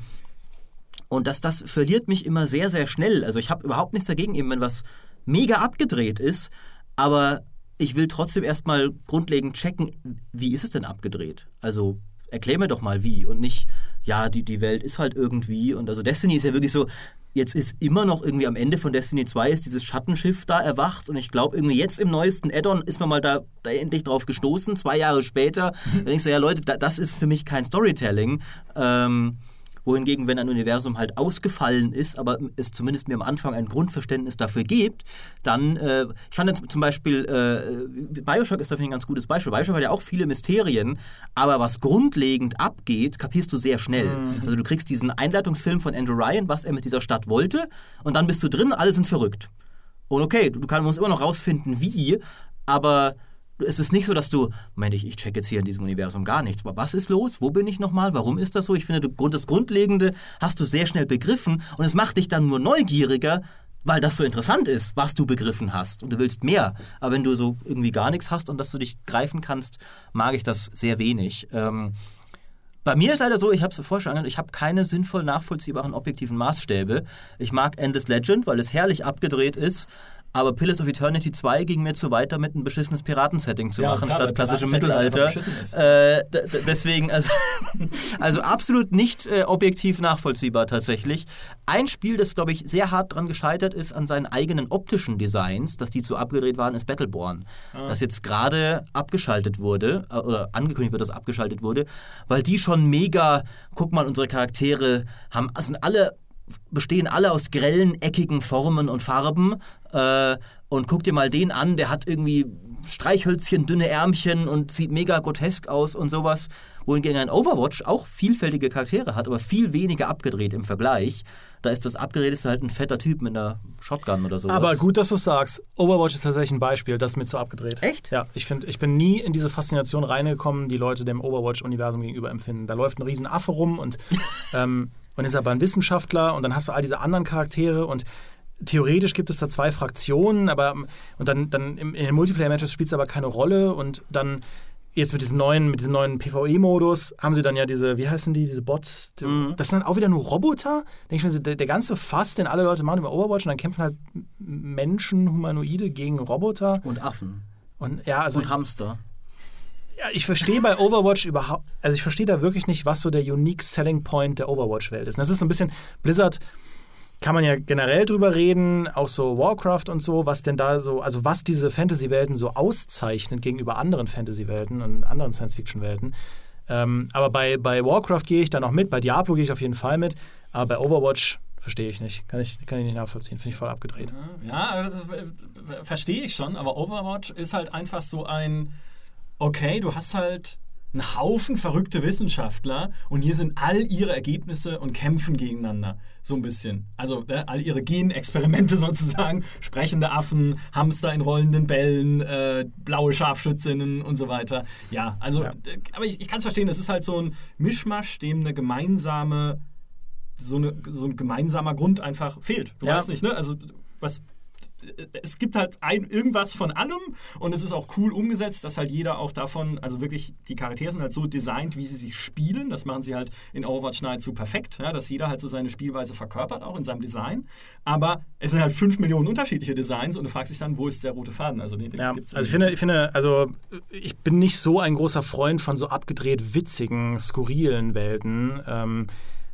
und das, das verliert mich immer sehr, sehr schnell. Also ich habe überhaupt nichts dagegen, eben wenn was mega abgedreht ist, aber ich will trotzdem erstmal grundlegend checken, wie ist es denn abgedreht? Also erklär mir doch mal wie und nicht, ja, die, die Welt ist halt irgendwie. Und also Destiny ist ja wirklich so, jetzt ist immer noch irgendwie am Ende von Destiny zwei ist dieses Schattenschiff da erwacht und ich glaube irgendwie jetzt im neuesten Add-on ist man mal da, da endlich drauf gestoßen, zwei Jahre später. Mhm. Dann denke ich so, ja Leute, da, das ist für mich kein Storytelling. Ähm, wohingegen, wenn ein Universum halt ausgefallen ist, aber es zumindest mir am Anfang ein Grundverständnis dafür gibt, dann, äh, ich fand jetzt zum Beispiel, äh, Bioshock ist dafür ein ganz gutes Beispiel. Bioshock hat ja auch viele Mysterien, aber was grundlegend abgeht, kapierst du sehr schnell. Mhm. Also du kriegst diesen Einleitungsfilm von Andrew Ryan, was er mit dieser Stadt wollte, und dann bist du drin, alle sind verrückt. Und okay, du, du kannst, musst immer noch rausfinden, wie, aber es ist nicht so, dass du, Moment, ich, ich check jetzt hier in diesem Universum gar nichts. Aber was ist los? Wo bin ich nochmal? Warum ist das so? Ich finde, du, das Grundlegende hast du sehr schnell begriffen und es macht dich dann nur neugieriger, weil das so interessant ist, was du begriffen hast. Und du willst mehr. Aber wenn du so irgendwie gar nichts hast und dass du dich greifen kannst, mag ich das sehr wenig. Ähm, bei mir ist leider so, ich habe es vorher schon angehört, ich habe keine sinnvoll nachvollziehbaren objektiven Maßstäbe. Ich mag Endless Legend, weil es herrlich abgedreht ist. Aber Pillars of Eternity zwei ging mir zu weit, damit ein beschissenes Piratensetting zu ja, machen, klar, statt klassischem Mittelalter. Äh, d- d- deswegen, also, also absolut nicht äh, objektiv nachvollziehbar tatsächlich. Ein Spiel, das, glaube ich, sehr hart dran gescheitert ist an seinen eigenen optischen Designs, dass die zu abgedreht waren, ist Battleborn. Ah. Das jetzt gerade abgeschaltet wurde, äh, oder angekündigt wird, dass abgeschaltet wurde, weil die schon mega, guck mal, unsere Charaktere haben, sind alle bestehen alle aus grellen, eckigen Formen und Farben. Äh, und guck dir mal den an, der hat irgendwie Streichhölzchen, dünne Ärmchen und sieht mega grotesk aus und sowas. Wohingegen ein Overwatch auch vielfältige Charaktere hat, aber viel weniger abgedreht im Vergleich. Da ist das Abgedrehteste halt ein fetter Typ mit einer Shotgun oder sowas. Aber gut, dass du es sagst. Overwatch ist tatsächlich ein Beispiel, das ist mir zu abgedreht. Echt? Ja, ich finde, ich bin nie in diese Faszination reingekommen, die Leute dem Overwatch-Universum gegenüber empfinden. Da läuft ein riesen Affe rum und ähm, und ist aber ein Wissenschaftler und dann hast du all diese anderen Charaktere und theoretisch gibt es da zwei Fraktionen, aber und dann, dann in den Multiplayer-Matches spielt es aber keine Rolle und dann jetzt mit diesem neuen, mit diesem neuen PvE-Modus haben sie dann ja diese, wie heißen die, diese Bots, die, mhm. das sind dann auch wieder nur Roboter. Denke ich mir, der, der ganze Fass, den alle Leute machen über Overwatch und dann kämpfen halt Menschen, Humanoide gegen Roboter. Und Affen. Und, ja, also, und Hamster. Ja, ich verstehe bei Overwatch überhaupt, also ich verstehe da wirklich nicht, was so der unique selling point der Overwatch-Welt ist. Und das ist so ein bisschen, Blizzard kann man ja generell drüber reden, auch so Warcraft und so, was denn da so, also was diese Fantasy-Welten so auszeichnet gegenüber anderen Fantasy-Welten und anderen Science-Fiction-Welten. Ähm, aber bei, bei Warcraft gehe ich da noch mit, bei Diablo gehe ich auf jeden Fall mit, aber bei Overwatch verstehe ich nicht. Kann ich, kann ich nicht nachvollziehen. Finde ich voll abgedreht. Ja, das, verstehe ich schon, aber Overwatch ist halt einfach so ein okay, du hast halt einen Haufen verrückte Wissenschaftler und hier sind all ihre Ergebnisse und kämpfen gegeneinander. So ein bisschen. Also äh, all ihre Genexperimente sozusagen. Sprechende Affen, Hamster in rollenden Bällen, äh, blaue Scharfschützinnen und so weiter. Ja, also, ja. Äh, aber ich, ich kann es verstehen, das ist halt so ein Mischmasch, dem eine gemeinsame, so, eine, so ein gemeinsamer Grund einfach fehlt. Du ja. weißt nicht, ne? Also, was. Es gibt halt ein, irgendwas von allem und es ist auch cool umgesetzt, dass halt jeder auch davon, also wirklich, die Charaktere sind halt so designt, wie sie sich spielen. Das machen sie halt in Overwatch Night so perfekt, ja, dass jeder halt so seine Spielweise verkörpert, auch in seinem Design. Aber es sind halt fünf Millionen unterschiedliche Designs und du fragst dich dann, wo ist der rote Faden? Also, den, den ja, gibt's also ich finde, ich finde, also ich bin nicht so ein großer Freund von so abgedreht witzigen, skurrilen Welten. Ähm,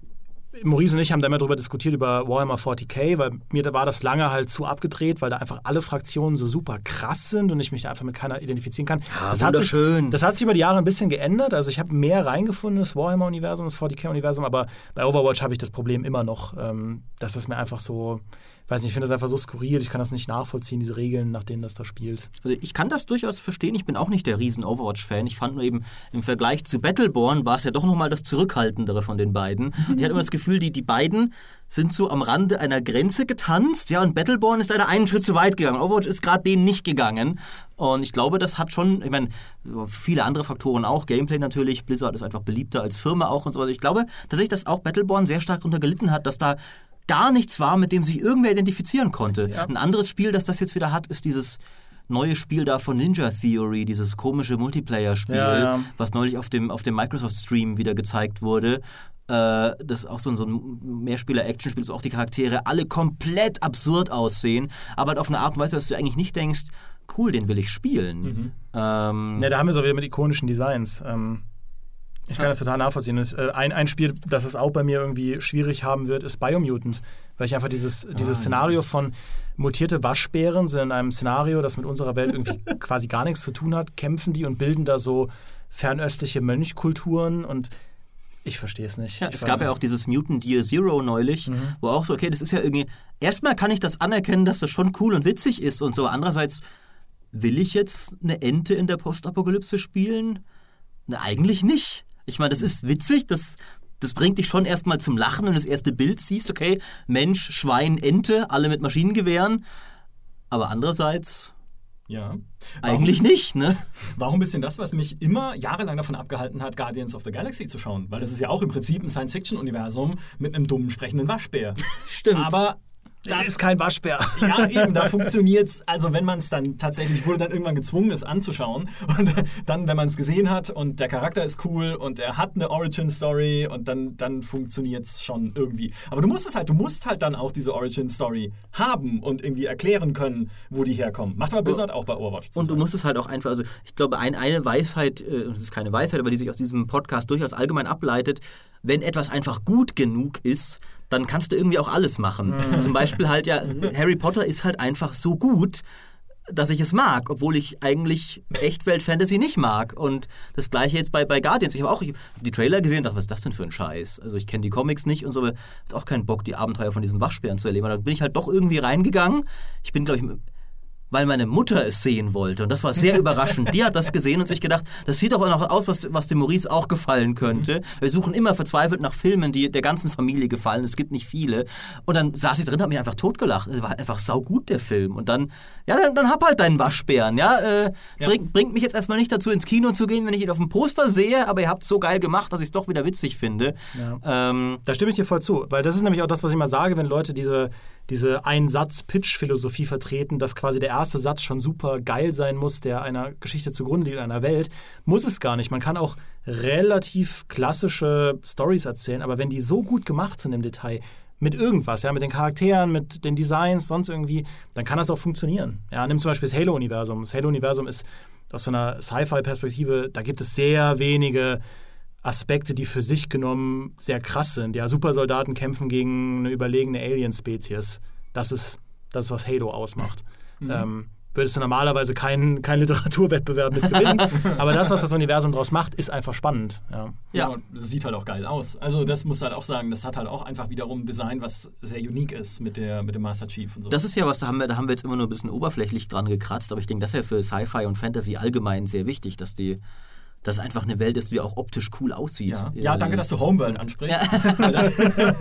Maurice und ich haben da immer drüber diskutiert, über Warhammer vierzig K, weil mir da war das lange halt zu abgedreht, weil da einfach alle Fraktionen so super krass sind und ich mich da einfach mit keiner identifizieren kann. Ja, das, hat sich, wunderschön. das hat sich über die Jahre ein bisschen geändert. Also ich habe mehr reingefunden, das Warhammer-Universum, das vierzig K-Universum, aber bei Overwatch habe ich das Problem immer noch, ähm, dass es mir einfach so, ich weiß nicht, ich finde das einfach so skurril, ich kann das nicht nachvollziehen, diese Regeln, nach denen das da spielt. Also ich kann das durchaus verstehen, ich bin auch nicht der riesen Overwatch-Fan. Ich fand nur eben, im Vergleich zu Battleborn war es ja doch nochmal das Zurückhaltendere von den beiden. Ich hatte immer das Gefühl, die, die beiden sind so am Rande einer Grenze getanzt, ja, und Battleborn ist leider einen Schritt zu weit gegangen. Overwatch ist gerade denen nicht gegangen. Und ich glaube, das hat schon, ich meine, viele andere Faktoren auch, Gameplay natürlich, Blizzard ist einfach beliebter als Firma auch und so weiter. Ich glaube tatsächlich, dass auch Battleborn sehr stark darunter gelitten hat, dass da gar nichts war, mit dem sich irgendwer identifizieren konnte. Ja. Ein anderes Spiel, das das jetzt wieder hat, ist dieses neue Spiel da von Ninja Theory, dieses komische Multiplayer-Spiel, ja, ja. was neulich auf dem, auf dem Microsoft-Stream wieder gezeigt wurde. Äh, das ist auch so ein, so ein Mehrspieler-Action-Spiel, dass auch die Charaktere alle komplett absurd aussehen, aber halt auf eine Art und Weise, dass du eigentlich nicht denkst, cool, den will ich spielen. Mhm. Ähm, ja, da haben wir es auch wieder mit ikonischen Designs. Ähm Ich kann das total nachvollziehen. Das, äh, ein, ein Spiel, das es auch bei mir irgendwie schwierig haben wird, ist Biomutant. Weil ich einfach dieses, dieses ah, Szenario ja. von mutierte Waschbären sind in einem Szenario, das mit unserer Welt irgendwie quasi gar nichts zu tun hat, kämpfen die und bilden da so fernöstliche Mönchkulturen und ich verstehe es nicht. Ja, es gab nicht. ja auch dieses Mutant Year Zero neulich, mhm. wo auch so, okay, das ist ja irgendwie, erstmal kann ich das anerkennen, dass das schon cool und witzig ist und so, andererseits will ich jetzt eine Ente in der Postapokalypse spielen? Na, eigentlich nicht. Ich meine, das ist witzig, das, das bringt dich schon erstmal zum Lachen, wenn du das erste Bild siehst, okay, Mensch, Schwein, Ente, alle mit Maschinengewehren. Aber andererseits ja. eigentlich nicht, ne? War auch ein bisschen das, was mich immer jahrelang davon abgehalten hat, Guardians of the Galaxy zu schauen. Weil das ist ja auch im Prinzip ein Science-Fiction-Universum mit einem dummen, sprechenden Waschbär. Stimmt. Aber das ist kein Waschbär. Ja, eben, da funktioniert's. Also wenn man es dann tatsächlich, wurde dann irgendwann gezwungen, es anzuschauen. Und dann, wenn man es gesehen hat und der Charakter ist cool und er hat eine Origin-Story und dann, dann funktioniert's schon irgendwie. Aber du musst es halt, du musst halt dann auch diese Origin-Story haben und irgendwie erklären können, wo die herkommen. Macht aber Blizzard auch bei Overwatch. Und du musst es halt auch einfach, also ich glaube, ein, eine Weisheit, äh, das ist keine Weisheit, aber die sich aus diesem Podcast durchaus allgemein ableitet, wenn etwas einfach gut genug ist, dann kannst du irgendwie auch alles machen. Mhm. Zum Beispiel halt ja, Harry Potter ist halt einfach so gut, dass ich es mag, obwohl ich eigentlich Echtwelt-Fantasy nicht mag. Und das Gleiche jetzt bei, bei Guardians. Ich habe auch ich hab die Trailer gesehen und dachte, was ist das denn für ein Scheiß? Also ich kenne die Comics nicht und so, aber ich habe auch keinen Bock, die Abenteuer von diesen Waschbären zu erleben. Da bin ich halt doch irgendwie reingegangen. Ich bin, glaube ich, weil meine Mutter es sehen wollte. Und das war sehr überraschend. Die hat das gesehen und sich gedacht, das sieht doch auch noch aus, was, was dem Maurice auch gefallen könnte. Wir suchen immer verzweifelt nach Filmen, die der ganzen Familie gefallen. Es gibt nicht viele. Und dann saß ich drin und habe mich einfach totgelacht. Es war einfach saugut, der Film. Und dann, ja, dann, dann hab halt deinen Waschbären. Ja, äh, ja. Bring, bringt mich jetzt erstmal nicht dazu, ins Kino zu gehen, wenn ich ihn auf dem Poster sehe, aber ihr habt es so geil gemacht, dass ich es doch wieder witzig finde. Ja. Ähm, da stimme ich dir voll zu. Weil das ist nämlich auch das, was ich immer sage, wenn Leute diese, diese Ein-Satz-Pitch-Philosophie vertreten, dass quasi der erste Satz schon super geil sein muss, der einer Geschichte zugrunde liegt, einer Welt, muss es gar nicht. Man kann auch relativ klassische Storys erzählen, aber wenn die so gut gemacht sind im Detail, mit irgendwas, ja, mit den Charakteren, mit den Designs, sonst irgendwie, dann kann das auch funktionieren. Ja, nimm zum Beispiel das Halo-Universum. Das Halo-Universum ist aus so einer Sci-Fi-Perspektive, da gibt es sehr wenige Aspekte, die für sich genommen sehr krass sind. Ja, Supersoldaten kämpfen gegen eine überlegene Alien-Spezies. Das ist das, was Halo ausmacht. Mhm. Ähm, würdest du normalerweise keinen kein Literaturwettbewerb mit gewinnen. Aber das, was das Universum daraus macht, ist einfach spannend. Ja. Ja, und das sieht halt auch geil aus. Also das muss halt auch sagen, das hat halt auch einfach wiederum ein Design, was sehr unique ist mit, der, mit dem Master Chief und so. Das ist ja was, da haben wir, da haben wir jetzt immer nur ein bisschen oberflächlich dran gekratzt, aber ich denke, das ist ja für Sci-Fi und Fantasy allgemein sehr wichtig, dass die dass es einfach eine Welt ist, die auch optisch cool aussieht. Ja, ja danke, dass du Homeworld ansprichst. Ja. weil, das,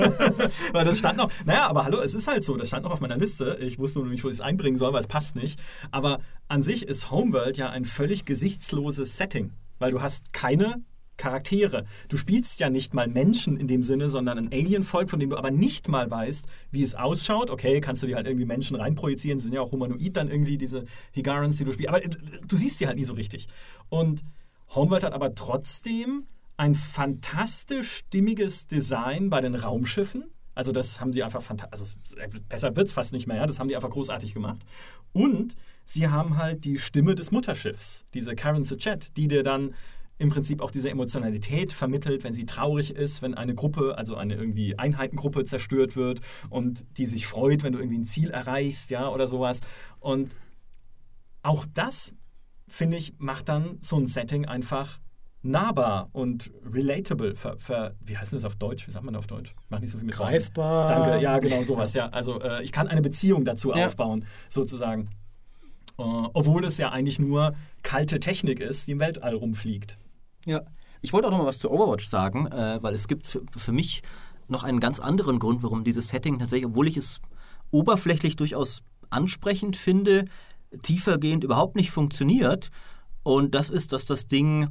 weil das stand noch, naja, aber hallo, es ist halt so, das stand noch auf meiner Liste. Ich wusste nur nicht, wo ich es einbringen soll, weil es passt nicht. Aber an sich ist Homeworld ja ein völlig gesichtsloses Setting, weil du hast keine Charaktere. Du spielst ja nicht mal Menschen in dem Sinne, sondern ein Alien-Volk, von dem du aber nicht mal weißt, wie es ausschaut. Okay, kannst du dir halt irgendwie Menschen reinprojizieren, sie sind ja auch humanoid dann irgendwie, diese Higarans, die du spielst. Aber du siehst sie halt nie so richtig. Und Homeworld hat aber trotzdem ein fantastisch stimmiges Design bei den Raumschiffen. Also das haben sie einfach fantastisch, also besser wird es fast nicht mehr, ja? Das haben die einfach großartig gemacht. Und sie haben halt die Stimme des Mutterschiffs, diese Karen Sachet, die dir dann im Prinzip auch diese Emotionalität vermittelt, wenn sie traurig ist, wenn eine Gruppe, also eine irgendwie Einheitengruppe zerstört wird und die sich freut, wenn du irgendwie ein Ziel erreichst, ja, oder sowas. Und auch das, finde ich, macht dann so ein Setting einfach nahbar und relatable. Ver, ver, wie heißt das auf Deutsch? Wie sagt man das auf Deutsch? Mach nicht so viel mit Greifbar. Rein. Danke, ja, genau sowas. Ja. Also äh, ich kann eine Beziehung dazu ja. aufbauen, sozusagen. Äh, obwohl es ja eigentlich nur kalte Technik ist, die im Weltall rumfliegt. Ja, ich wollte auch noch mal was zu Overwatch sagen, äh, weil es gibt für, für mich noch einen ganz anderen Grund, warum dieses Setting tatsächlich, obwohl ich es oberflächlich durchaus ansprechend finde, tiefergehend überhaupt nicht funktioniert. Und das ist, dass das Ding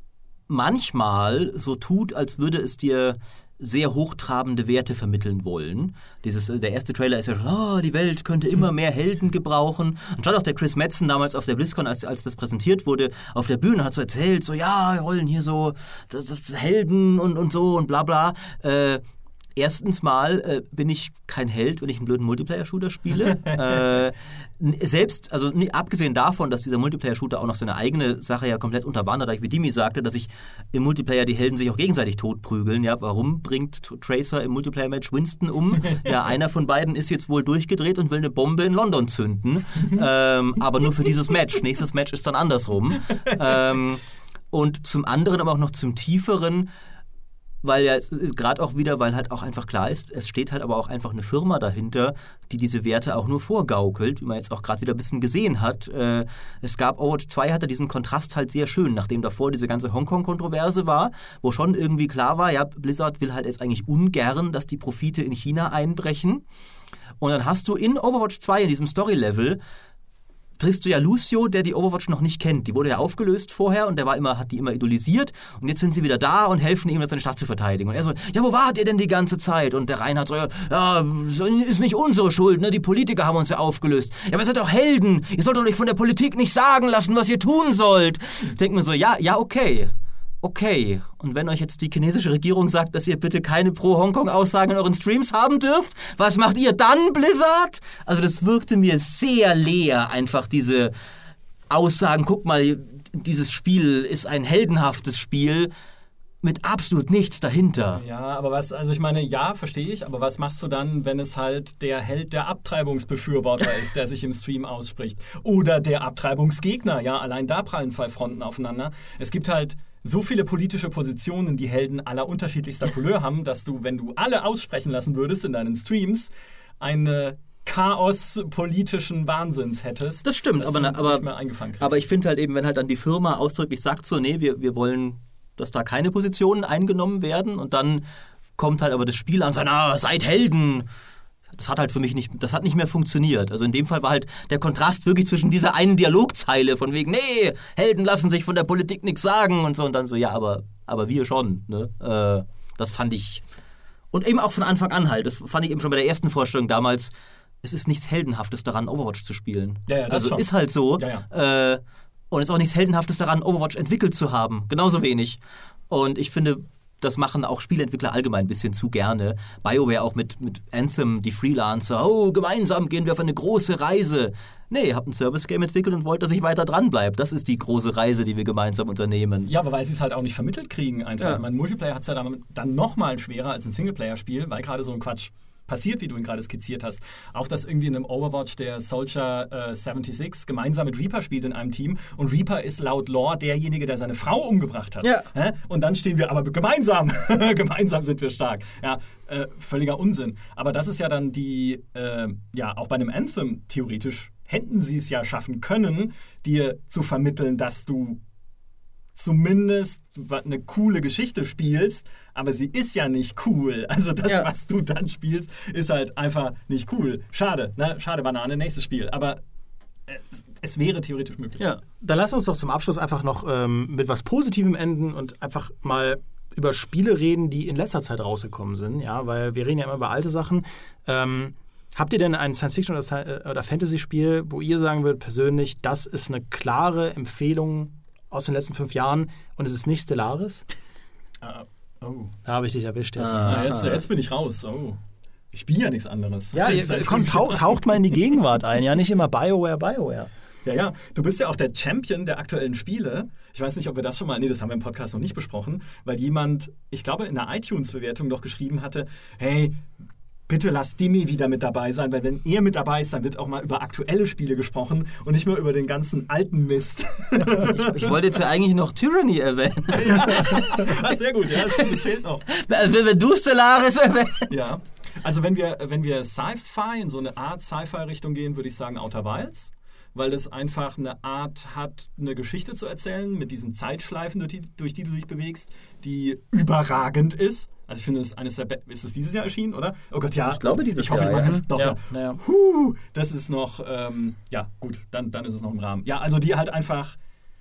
manchmal so tut, als würde es dir sehr hochtrabende Werte vermitteln wollen. Dieses, der erste Trailer ist ja schon, oh, die Welt könnte immer mehr Helden gebrauchen. Und schon auch der Chris Metzen damals auf der BlizzCon, als, als das präsentiert wurde, auf der Bühne hat so erzählt, so ja, wir wollen hier so das, das Helden und, und so und bla bla. Äh, Erstens mal äh, bin ich kein Held, wenn ich einen blöden Multiplayer-Shooter spiele. äh, selbst, also nie, abgesehen davon, dass dieser Multiplayer-Shooter auch noch seine eigene Sache ja komplett unterwandert, wie Dimi sagte, dass sich im Multiplayer die Helden sich auch gegenseitig totprügeln. Ja, warum bringt Tracer im Multiplayer-Match Winston um? Ja, einer von beiden ist jetzt wohl durchgedreht und will eine Bombe in London zünden. ähm, aber nur für dieses Match. Nächstes Match ist dann andersrum. Ähm, und zum anderen, aber auch noch zum tieferen, weil ja gerade auch wieder, weil halt auch einfach klar ist, es steht halt aber auch einfach eine Firma dahinter, die diese Werte auch nur vorgaukelt, wie man jetzt auch gerade wieder ein bisschen gesehen hat. Äh, es gab, Overwatch zwei hatte diesen Kontrast halt sehr schön, nachdem davor diese ganze Hongkong-Kontroverse war, wo schon irgendwie klar war, ja, Blizzard will halt jetzt eigentlich ungern, dass die Profite in China einbrechen. Und dann hast du in Overwatch zwei, in diesem Story-Level, triffst du ja Lucio, der die Overwatch noch nicht kennt. Die wurde ja aufgelöst vorher und der war immer, hat die immer idolisiert. Und jetzt sind sie wieder da und helfen ihm, seine Stadt zu verteidigen. Und er so, ja, wo wart ihr denn die ganze Zeit? Und der Reinhard so, ja, ist nicht unsere Schuld, ne? Die Politiker haben uns ja aufgelöst. Ja, aber ihr seid doch Helden. Ihr solltet euch von der Politik nicht sagen lassen, was ihr tun sollt. Ich denke mir so, ja, ja, okay. Okay, und wenn euch jetzt die chinesische Regierung sagt, dass ihr bitte keine Pro-Hongkong-Aussagen in euren Streams haben dürft, was macht ihr dann, Blizzard? Also das wirkte mir sehr leer, einfach diese Aussagen, guck mal, dieses Spiel ist ein heldenhaftes Spiel mit absolut nichts dahinter. Ja, aber was, also ich meine, ja, verstehe ich, aber was machst du dann, wenn es halt der Held der Abtreibungsbefürworter ist, der sich im Stream ausspricht? Oder der Abtreibungsgegner, ja, allein da prallen zwei Fronten aufeinander. Es gibt halt so viele politische Positionen, die Helden aller unterschiedlichster Couleur haben, dass du, wenn du alle aussprechen lassen würdest in deinen Streams, eine Chaos politischen Wahnsinns hättest. Das stimmt, aber, aber, nicht mehr eingefangen kriegst. Aber ich finde halt eben, wenn halt dann die Firma ausdrücklich sagt so, nee, wir, wir wollen, dass da keine Positionen eingenommen werden und dann kommt halt aber das Spiel an und sagt, ah, seid Helden. Das hat halt für mich nicht, das hat nicht mehr funktioniert. Also in dem Fall war halt der Kontrast wirklich zwischen dieser einen Dialogzeile von wegen, nee, Helden lassen sich von der Politik nichts sagen und so und dann so, ja, aber, aber wir schon. Ne? Äh, das fand ich, und eben auch von Anfang an halt, das fand ich eben schon bei der ersten Vorstellung damals, es ist nichts Heldenhaftes daran, Overwatch zu spielen. Ja, ja, das also schon. Ist halt so. Ja, ja. Äh, und es ist auch nichts Heldenhaftes daran, Overwatch entwickelt zu haben. Genauso wenig. Und ich finde, das machen auch Spieleentwickler allgemein ein bisschen zu gerne. BioWare auch mit, mit Anthem, die Freelancer. Oh, gemeinsam gehen wir auf eine große Reise. Nee, ihr habt ein Service-Game entwickelt und wollt, dass ich weiter dran bleibe. Das ist die große Reise, die wir gemeinsam unternehmen. Ja, aber weil sie es halt auch nicht vermittelt kriegen einfach. Ja. Mein Multiplayer hat es ja dann, dann nochmal schwerer als ein Singleplayer-Spiel, weil gerade so ein Quatsch passiert, wie du ihn gerade skizziert hast. Auch, dass irgendwie in einem Overwatch der Soldier äh, sechsundsiebzig gemeinsam mit Reaper spielt in einem Team und Reaper ist laut Lore derjenige, der seine Frau umgebracht hat. Ja. Hä? Und dann stehen wir aber gemeinsam. Gemeinsam sind wir stark. Ja, äh, völliger Unsinn. Aber das ist ja dann die, äh, ja, auch bei einem Anthem theoretisch hätten sie es ja schaffen können, dir zu vermitteln, dass du zumindest eine coole Geschichte spielst, aber sie ist ja nicht cool. Also das, ja. was du dann spielst, ist halt einfach nicht cool. Schade, ne? Schade, Banane, nächstes Spiel. Aber es, es wäre theoretisch möglich. Ja, dann lass uns doch zum Abschluss einfach noch ähm, mit was Positivem enden und einfach mal über Spiele reden, die in letzter Zeit rausgekommen sind. Ja, weil wir reden ja immer über alte Sachen. Ähm, habt ihr denn ein Science-Fiction- oder, oder Fantasy-Spiel, wo ihr sagen würdet persönlich, das ist eine klare Empfehlung aus den letzten fünf Jahren und es ist nicht Stellaris? Uh, oh. Da habe ich dich erwischt jetzt. Ah, jetzt. Jetzt bin ich raus. Oh. Ich spiele ja nichts anderes. Ja, ihr, komm, tauch, taucht mal in die Gegenwart ein. Ja, nicht immer BioWare, BioWare. Ja, ja. Du bist ja auch der Champion der aktuellen Spiele. Ich weiß nicht, ob wir das schon mal... Nee, das haben wir im Podcast noch nicht besprochen, weil jemand, ich glaube, in einer iTunes-Bewertung doch geschrieben hatte, hey, bitte lasst Dimi wieder mit dabei sein, weil wenn er mit dabei ist, dann wird auch mal über aktuelle Spiele gesprochen und nicht mehr über den ganzen alten Mist. Ich, ich wollte jetzt ja eigentlich noch Tyranny erwähnen. Ja. Ah, sehr gut, ja, das, stimmt, das fehlt noch. Wenn du Stellaris erwähnst. Ja. Also wenn wir, wenn wir Sci-Fi, in so eine Art Sci-Fi-Richtung gehen, würde ich sagen Outer Wilds, weil das einfach eine Art hat, eine Geschichte zu erzählen mit diesen Zeitschleifen, durch die, durch die du dich bewegst, die überragend ist. Also ich finde, es ist eines der Be- ist es dieses Jahr erschienen, oder? Oh Gott, ja. Ich glaube dieses ich hoffe, Jahr. Ich Ja. mache doch. Ja. Ja. Ja. Huh, das ist noch, ähm, ja gut, dann, dann ist es noch im Rahmen. Ja, also die halt einfach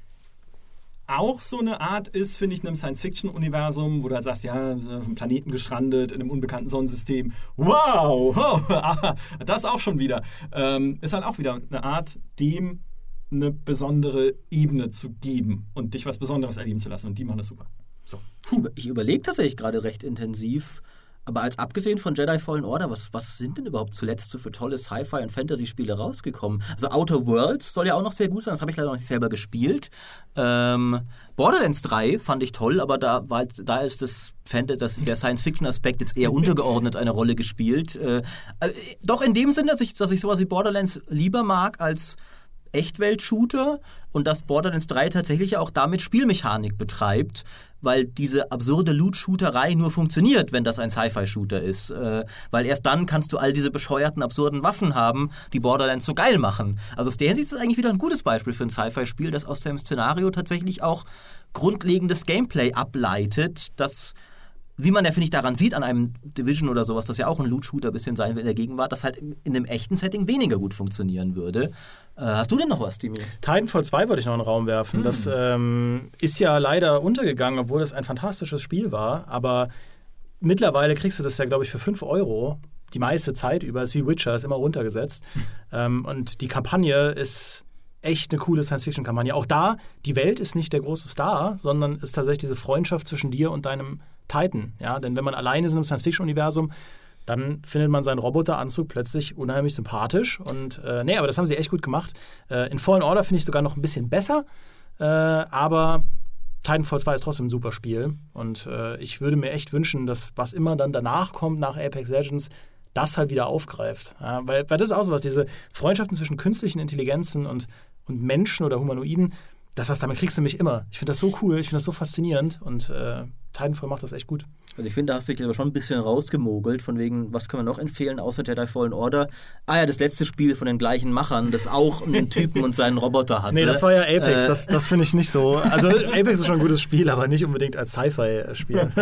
auch so eine Art ist, finde ich, in einem Science-Fiction-Universum, wo du halt sagst, ja, so auf einem Planeten gestrandet, in einem unbekannten Sonnensystem. Wow, oh, das auch schon wieder. Ähm, ist halt auch wieder eine Art, dem eine besondere Ebene zu geben und dich was Besonderes erleben zu lassen. Und die machen das super. So. Ich überlege tatsächlich gerade recht intensiv, aber als abgesehen von Jedi Fallen Order, was, was sind denn überhaupt zuletzt so für tolle Sci-Fi- und Fantasy-Spiele rausgekommen? Also Outer Worlds soll ja auch noch sehr gut sein, das habe ich leider noch nicht selber gespielt. Ähm, Borderlands drei fand ich toll, aber da, war, da ist das, das der Science-Fiction-Aspekt jetzt eher untergeordnet eine Rolle gespielt. Äh, äh, doch in dem Sinne, dass ich, dass ich sowas wie Borderlands lieber mag als Echtwelt-Shooter und dass Borderlands drei tatsächlich auch damit Spielmechanik betreibt, weil diese absurde Loot-Shooterei nur funktioniert, wenn das ein Sci-Fi-Shooter ist. Äh, weil erst dann kannst du all diese bescheuerten, absurden Waffen haben, die Borderlands so geil machen. Also aus der Hinsicht ist das eigentlich wieder ein gutes Beispiel für ein Sci-Fi-Spiel, das aus seinem Szenario tatsächlich auch grundlegendes Gameplay ableitet, das, wie man ja, finde ich, daran sieht, an einem Division oder sowas, das ja auch ein Loot-Shooter ein bisschen sein will in der Gegenwart, das halt in einem echten Setting weniger gut funktionieren würde. Äh, hast du denn noch was, Dimi? Titanfall zwei wollte ich noch in den Raum werfen. Hm. Das ähm, ist ja leider untergegangen, obwohl das ein fantastisches Spiel war. Aber mittlerweile kriegst du das ja, glaube ich, für fünf Euro die meiste Zeit über. Ist wie Witcher, ist immer runtergesetzt. ähm, und die Kampagne ist echt eine coole Science-Fiction-Kampagne. Auch da, die Welt ist nicht der große Star, sondern ist tatsächlich diese Freundschaft zwischen dir und deinem Titan. Ja? Denn wenn man alleine ist in einem Science-Fiction-Universum, dann findet man seinen Roboteranzug plötzlich unheimlich sympathisch. Und äh, nee, aber das haben sie echt gut gemacht. Äh, in Fallen Order finde ich sogar noch ein bisschen besser. Äh, aber Titanfall zwei ist trotzdem ein super Spiel. Und äh, ich würde mir echt wünschen, dass was immer dann danach kommt, nach Apex Legends, das halt wieder aufgreift. Ja, weil, weil das ist auch so was, diese Freundschaften zwischen künstlichen Intelligenzen und, und Menschen oder Humanoiden, das was damit kriegst du mich immer. Ich finde das so cool, ich finde das so faszinierend und äh, Titanfall macht das echt gut. Also ich finde, da hast du dich aber schon ein bisschen rausgemogelt, von wegen, was können wir noch empfehlen, außer Jedi Fallen Order? Ah ja, das letzte Spiel von den gleichen Machern, das auch einen Typen und seinen Roboter hatte. Nee, das war ja Apex, äh, das, das finde ich nicht so. Also Apex ist schon ein gutes Spiel, aber nicht unbedingt als Sci-Fi-Spiel.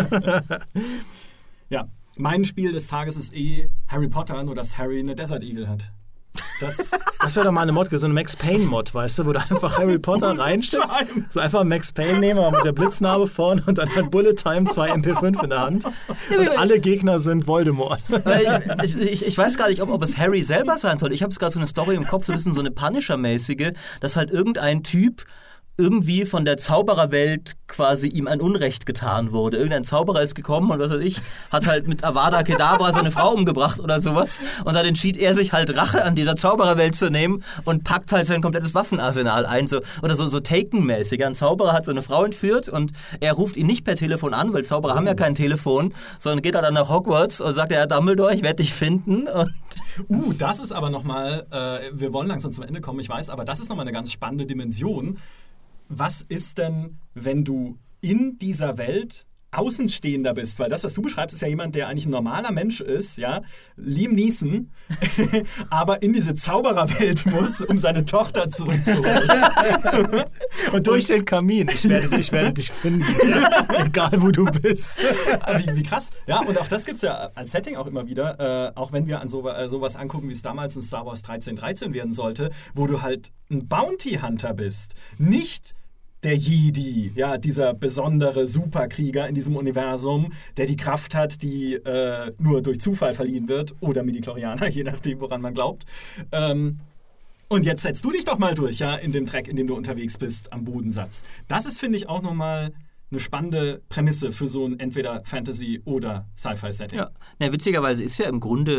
Ja, mein Spiel des Tages ist eh Harry Potter, nur dass Harry eine Desert Eagle hat. Das, das wäre doch mal eine Mod, so eine Max Payne-Mod, weißt du, wo du einfach Harry Potter reinsteckst. So einfach Max Payne nehmen, aber mit der Blitznarbe vorne und dann hat Bullet Time zwei M P fünf in der Hand. Und alle Gegner sind Voldemort. Ich, ich, ich weiß gar nicht, ob, ob es Harry selber sein soll. Ich habe gerade so eine Story im Kopf, so ein bisschen so eine Punisher-mäßige, dass halt irgendein Typ irgendwie von der Zaubererwelt quasi ihm ein Unrecht getan wurde. Irgendein Zauberer ist gekommen und was weiß ich, hat halt mit Avada Kedavra seine Frau umgebracht oder sowas und dann entschied er sich halt Rache an dieser Zaubererwelt zu nehmen und packt halt sein komplettes Waffenarsenal ein. So, oder so, so Taken-mäßig. Ein Zauberer hat seine Frau entführt und er ruft ihn nicht per Telefon an, weil Zauberer oh. haben ja kein Telefon, sondern geht dann nach Hogwarts und sagt, ja, Dumbledore, ich werde dich finden. Und uh, das ist aber nochmal, äh, wir wollen langsam zum Ende kommen, ich weiß, aber das ist nochmal eine ganz spannende Dimension. Was ist denn, wenn du in dieser Welt Außenstehender bist? Weil das, was du beschreibst, ist ja jemand, der eigentlich ein normaler Mensch ist, ja, Liam Neeson, aber in diese Zaubererwelt muss, um seine Tochter zurückzuholen. Und durch den Kamin. Ich werde, ich werde dich finden, ja, egal wo du bist. Wie, wie krass. Ja, und auch das gibt es ja als Setting auch immer wieder, äh, auch wenn wir an so, äh, sowas angucken, wie es damals in Star Wars dreizehn dreizehn werden sollte, wo du halt ein Bounty Hunter bist. Nicht der Jedi, ja, dieser besondere Superkrieger in diesem Universum, der die Kraft hat, die äh, nur durch Zufall verliehen wird, oder Midichlorianer, je nachdem, woran man glaubt. Ähm, und jetzt setzt du dich doch mal durch, ja, in dem Track, in dem du unterwegs bist, am Bodensatz. Das ist, finde ich, auch nochmal eine spannende Prämisse für so ein entweder Fantasy- oder Sci-Fi-Setting. Ja, na, witzigerweise ist ja im Grunde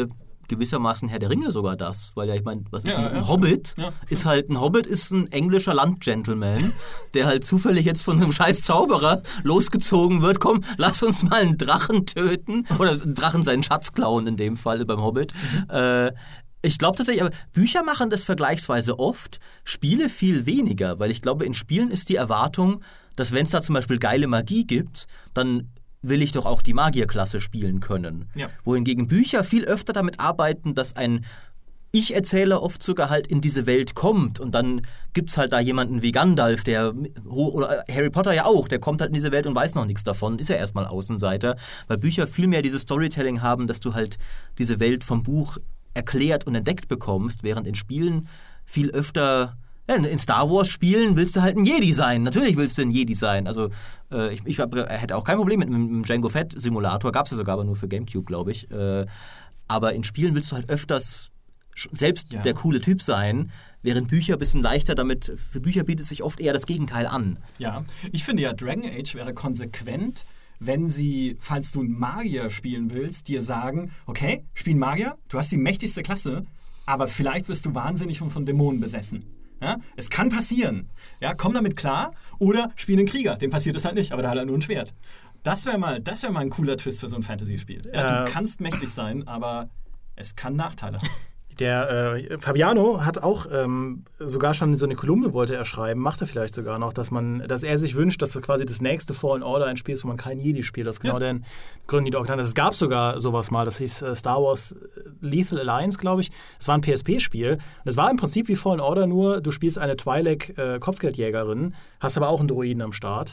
gewissermaßen Herr der Ringe sogar das, weil ja, ich meine, was ist Ja, ein ja, Hobbit? ja. Ist halt, ein Hobbit ist ein englischer Landgentleman, der halt zufällig jetzt von einem scheiß Zauberer losgezogen wird. Komm, lass uns mal einen Drachen töten. Oder einen Drachen seinen Schatz klauen in dem Fall beim Hobbit. Mhm. Äh, Ich glaube tatsächlich, aber Bücher machen das vergleichsweise oft, Spiele viel weniger, weil ich glaube, in Spielen ist die Erwartung, dass wenn es da zum Beispiel geile Magie gibt, dann will ich doch auch die Magierklasse spielen können. Ja. Wohingegen Bücher viel öfter damit arbeiten, dass ein Ich-Erzähler oft sogar halt in diese Welt kommt und dann gibt's halt da jemanden wie Gandalf, der, oder Harry Potter ja auch, der kommt halt in diese Welt und weiß noch nichts davon, ist ja erstmal Außenseiter, weil Bücher viel mehr dieses Storytelling haben, dass du halt diese Welt vom Buch erklärt und entdeckt bekommst, während in Spielen viel öfter, ja, in Star Wars Spielen willst du halt ein Jedi sein. Natürlich willst du ein Jedi sein. Also äh, ich, ich hab, hätte auch kein Problem mit einem Jango Fett Simulator, gab es ja sogar aber nur für GameCube, glaube ich. Äh, aber in Spielen willst du halt öfters selbst ja. der coole Typ sein, während Bücher ein bisschen leichter damit, für Bücher bietet sich oft eher das Gegenteil an. Ja, ich finde ja, Dragon Age wäre konsequent, wenn sie, falls du einen Magier spielen willst, dir sagen, okay, spiel einen Magier, du hast die mächtigste Klasse, aber vielleicht wirst du wahnsinnig und von Dämonen besessen. Ja? Es kann passieren. Ja? Komm damit klar. Oder spiel einen Krieger, dem passiert es halt nicht, aber da hat er nur ein Schwert. Das wäre mal, das wär mal ein cooler Twist für so ein Fantasy-Spiel. Ja, äh, du kannst mächtig sein, aber es kann Nachteile haben. Der äh, Fabiano hat auch ähm, sogar schon so eine Kolumne wollte er schreiben, macht er vielleicht sogar noch, dass man, dass er sich wünscht, dass das quasi das nächste Fallen Order ein Spiel ist, wo man kein Jedi spielt. Das ist genau Ja. den Gründen, die du auch genannt hast. Es gab sogar sowas mal, das hieß äh, Star Wars Lethal Alliance, glaube ich. Das war ein P S P-Spiel. Und es war im Prinzip wie Fallen Order, nur du spielst eine Twi'lek-Kopfgeldjägerin, hast aber auch einen Droiden am Start.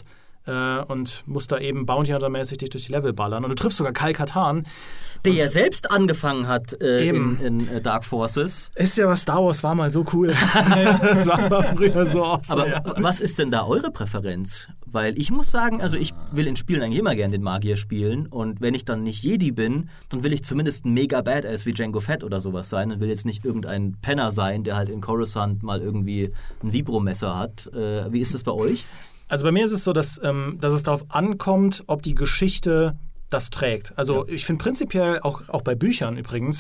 Und musst da eben Bounty Hunter-mäßig dich durch die Level ballern. Und du triffst sogar Kyle Katarn. Der ja selbst angefangen hat äh, in, in äh, Dark Forces. Ist ja was, Star Wars war mal so cool. Das war aber früher so awesome. Aber ja. was ist denn da eure Präferenz? Weil ich muss sagen, also ich will in Spielen eigentlich immer gerne den Magier spielen. Und wenn ich dann nicht Jedi bin, dann will ich zumindest ein mega Badass wie Jango Fett oder sowas sein. Und will jetzt nicht irgendein Penner sein, der halt in Coruscant mal irgendwie ein Vibromesser hat. Äh, wie ist das bei euch? Also bei mir ist es so, dass, ähm, dass es darauf ankommt, ob die Geschichte das trägt. Also ja. ich finde prinzipiell, auch, auch bei Büchern übrigens,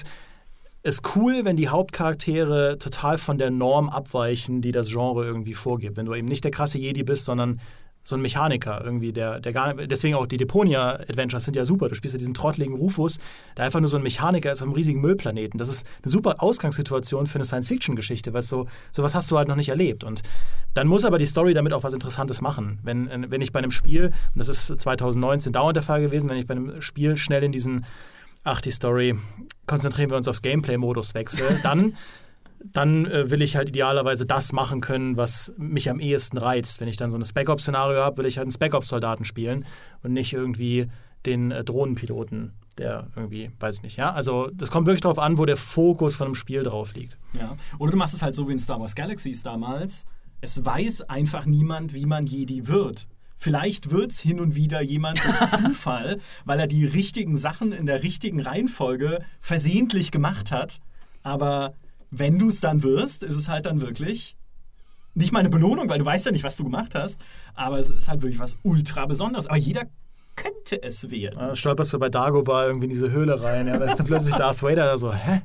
ist cool, wenn die Hauptcharaktere total von der Norm abweichen, die das Genre irgendwie vorgibt. Wenn du eben nicht der krasse Jedi bist, sondern so ein Mechaniker irgendwie, der, der gar nicht, deswegen auch die Deponia-Adventures sind ja super. Du spielst ja diesen trottligen Rufus, der einfach nur so ein Mechaniker ist auf einem riesigen Müllplaneten. Das ist eine super Ausgangssituation für eine Science-Fiction-Geschichte, weil so sowas hast du halt noch nicht erlebt. Und dann muss aber die Story damit auch was Interessantes machen. Wenn, wenn ich bei einem Spiel, und das ist zwanzig neunzehn dauernd der Fall gewesen, wenn ich bei einem Spiel schnell in diesen, ach die Story, konzentrieren wir uns aufs Gameplay-Modus wechsle, dann dann äh, will ich halt idealerweise das machen können, was mich am ehesten reizt. Wenn ich dann so ein Spec-Ops-Szenario habe, will ich halt einen Spec-Ops-Soldaten spielen und nicht irgendwie den äh, Drohnenpiloten, der irgendwie, weiß ich nicht, ja. Also das kommt wirklich darauf an, wo der Fokus von einem Spiel drauf liegt. Ja. Oder du machst es halt so wie in Star Wars Galaxies damals. Es weiß einfach niemand, wie man Jedi wird. Vielleicht wird es hin und wieder jemand durch Zufall, weil er die richtigen Sachen in der richtigen Reihenfolge versehentlich gemacht hat. Aber wenn du es dann wirst, ist es halt dann wirklich nicht mal eine Belohnung, weil du weißt ja nicht, was du gemacht hast, aber es ist halt wirklich was ultra Besonderes. Aber jeder könnte es werden. Ja, stolperst du bei Dagobah irgendwie in diese Höhle rein, ja, da ist dann plötzlich Darth Vader da so, hä?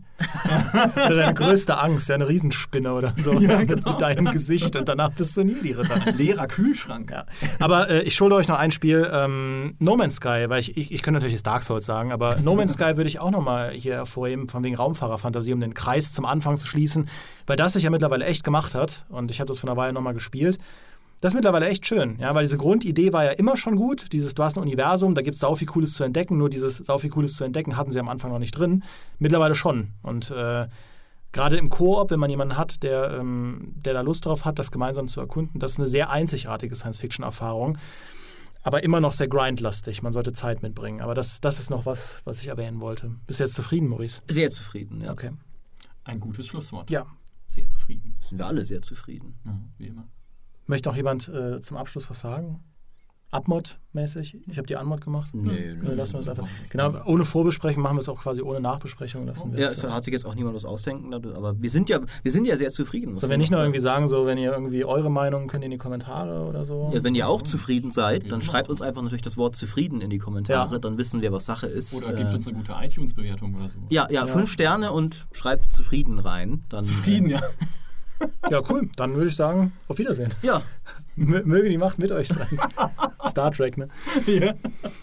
Oder deine größte Angst, ja, eine Riesenspinne oder so, ja, genau. genau. Mit deinem Gesicht und danach bist du nie die Ritter. Leerer Kühlschrank. Ja. Aber äh, ich schulde euch noch ein Spiel, ähm, No Man's Sky, weil ich, ich, ich könnte natürlich jetzt Dark Souls sagen, aber No Man's Sky würde ich auch noch mal hier hervorheben, von wegen Raumfahrerfantasie, um den Kreis zum Anfang zu schließen, weil das sich ja mittlerweile echt gemacht hat und ich habe das vor einer Weile noch mal gespielt. Das ist mittlerweile echt schön, ja, weil diese Grundidee war ja immer schon gut. Dieses, du hast ein Universum, da gibt es sau viel Cooles zu entdecken, nur dieses sau viel Cooles zu entdecken hatten sie am Anfang noch nicht drin. Mittlerweile schon. Und äh, gerade im Koop, wenn man jemanden hat, der, ähm, der da Lust drauf hat, das gemeinsam zu erkunden, das ist eine sehr einzigartige Science-Fiction-Erfahrung. Aber immer noch sehr grindlastig. Man sollte Zeit mitbringen. Aber das, das ist noch was, was ich erwähnen wollte. Bist du jetzt zufrieden, Maurice? Sehr zufrieden, ja. Okay. Ein gutes Schlusswort. Ja. Sehr zufrieden. Sind wir alle sehr zufrieden. Ja, wie immer. Möchte noch jemand äh, zum Abschluss was sagen? Abmod-mäßig. Ich habe die Anmod gemacht. Nee, nee, lassen wir es einfach. Genau, ohne Vorbesprechung machen wir es auch quasi ohne Nachbesprechung. Lassen wir ja, es es hat sich jetzt auch niemand was ausdenken, aber wir sind ja, wir sind ja sehr zufrieden. So, wenn nicht nur irgendwie sagen, so, wenn ihr irgendwie eure Meinung könnt ihr in die Kommentare oder so. Ja, wenn ihr auch zufrieden seid, dann schreibt uns einfach natürlich das Wort zufrieden in die Kommentare, Ja. dann wissen wir, was Sache ist. Oder gebt uns eine gute iTunes-Bewertung oder so. Ja, ja, fünf Sterne und schreibt zufrieden rein. Dann, Zufrieden, ja. Ja, cool. Dann würde ich sagen, auf Wiedersehen. Ja. M- möge die Macht mit euch sein. Star Trek, ne? Ja.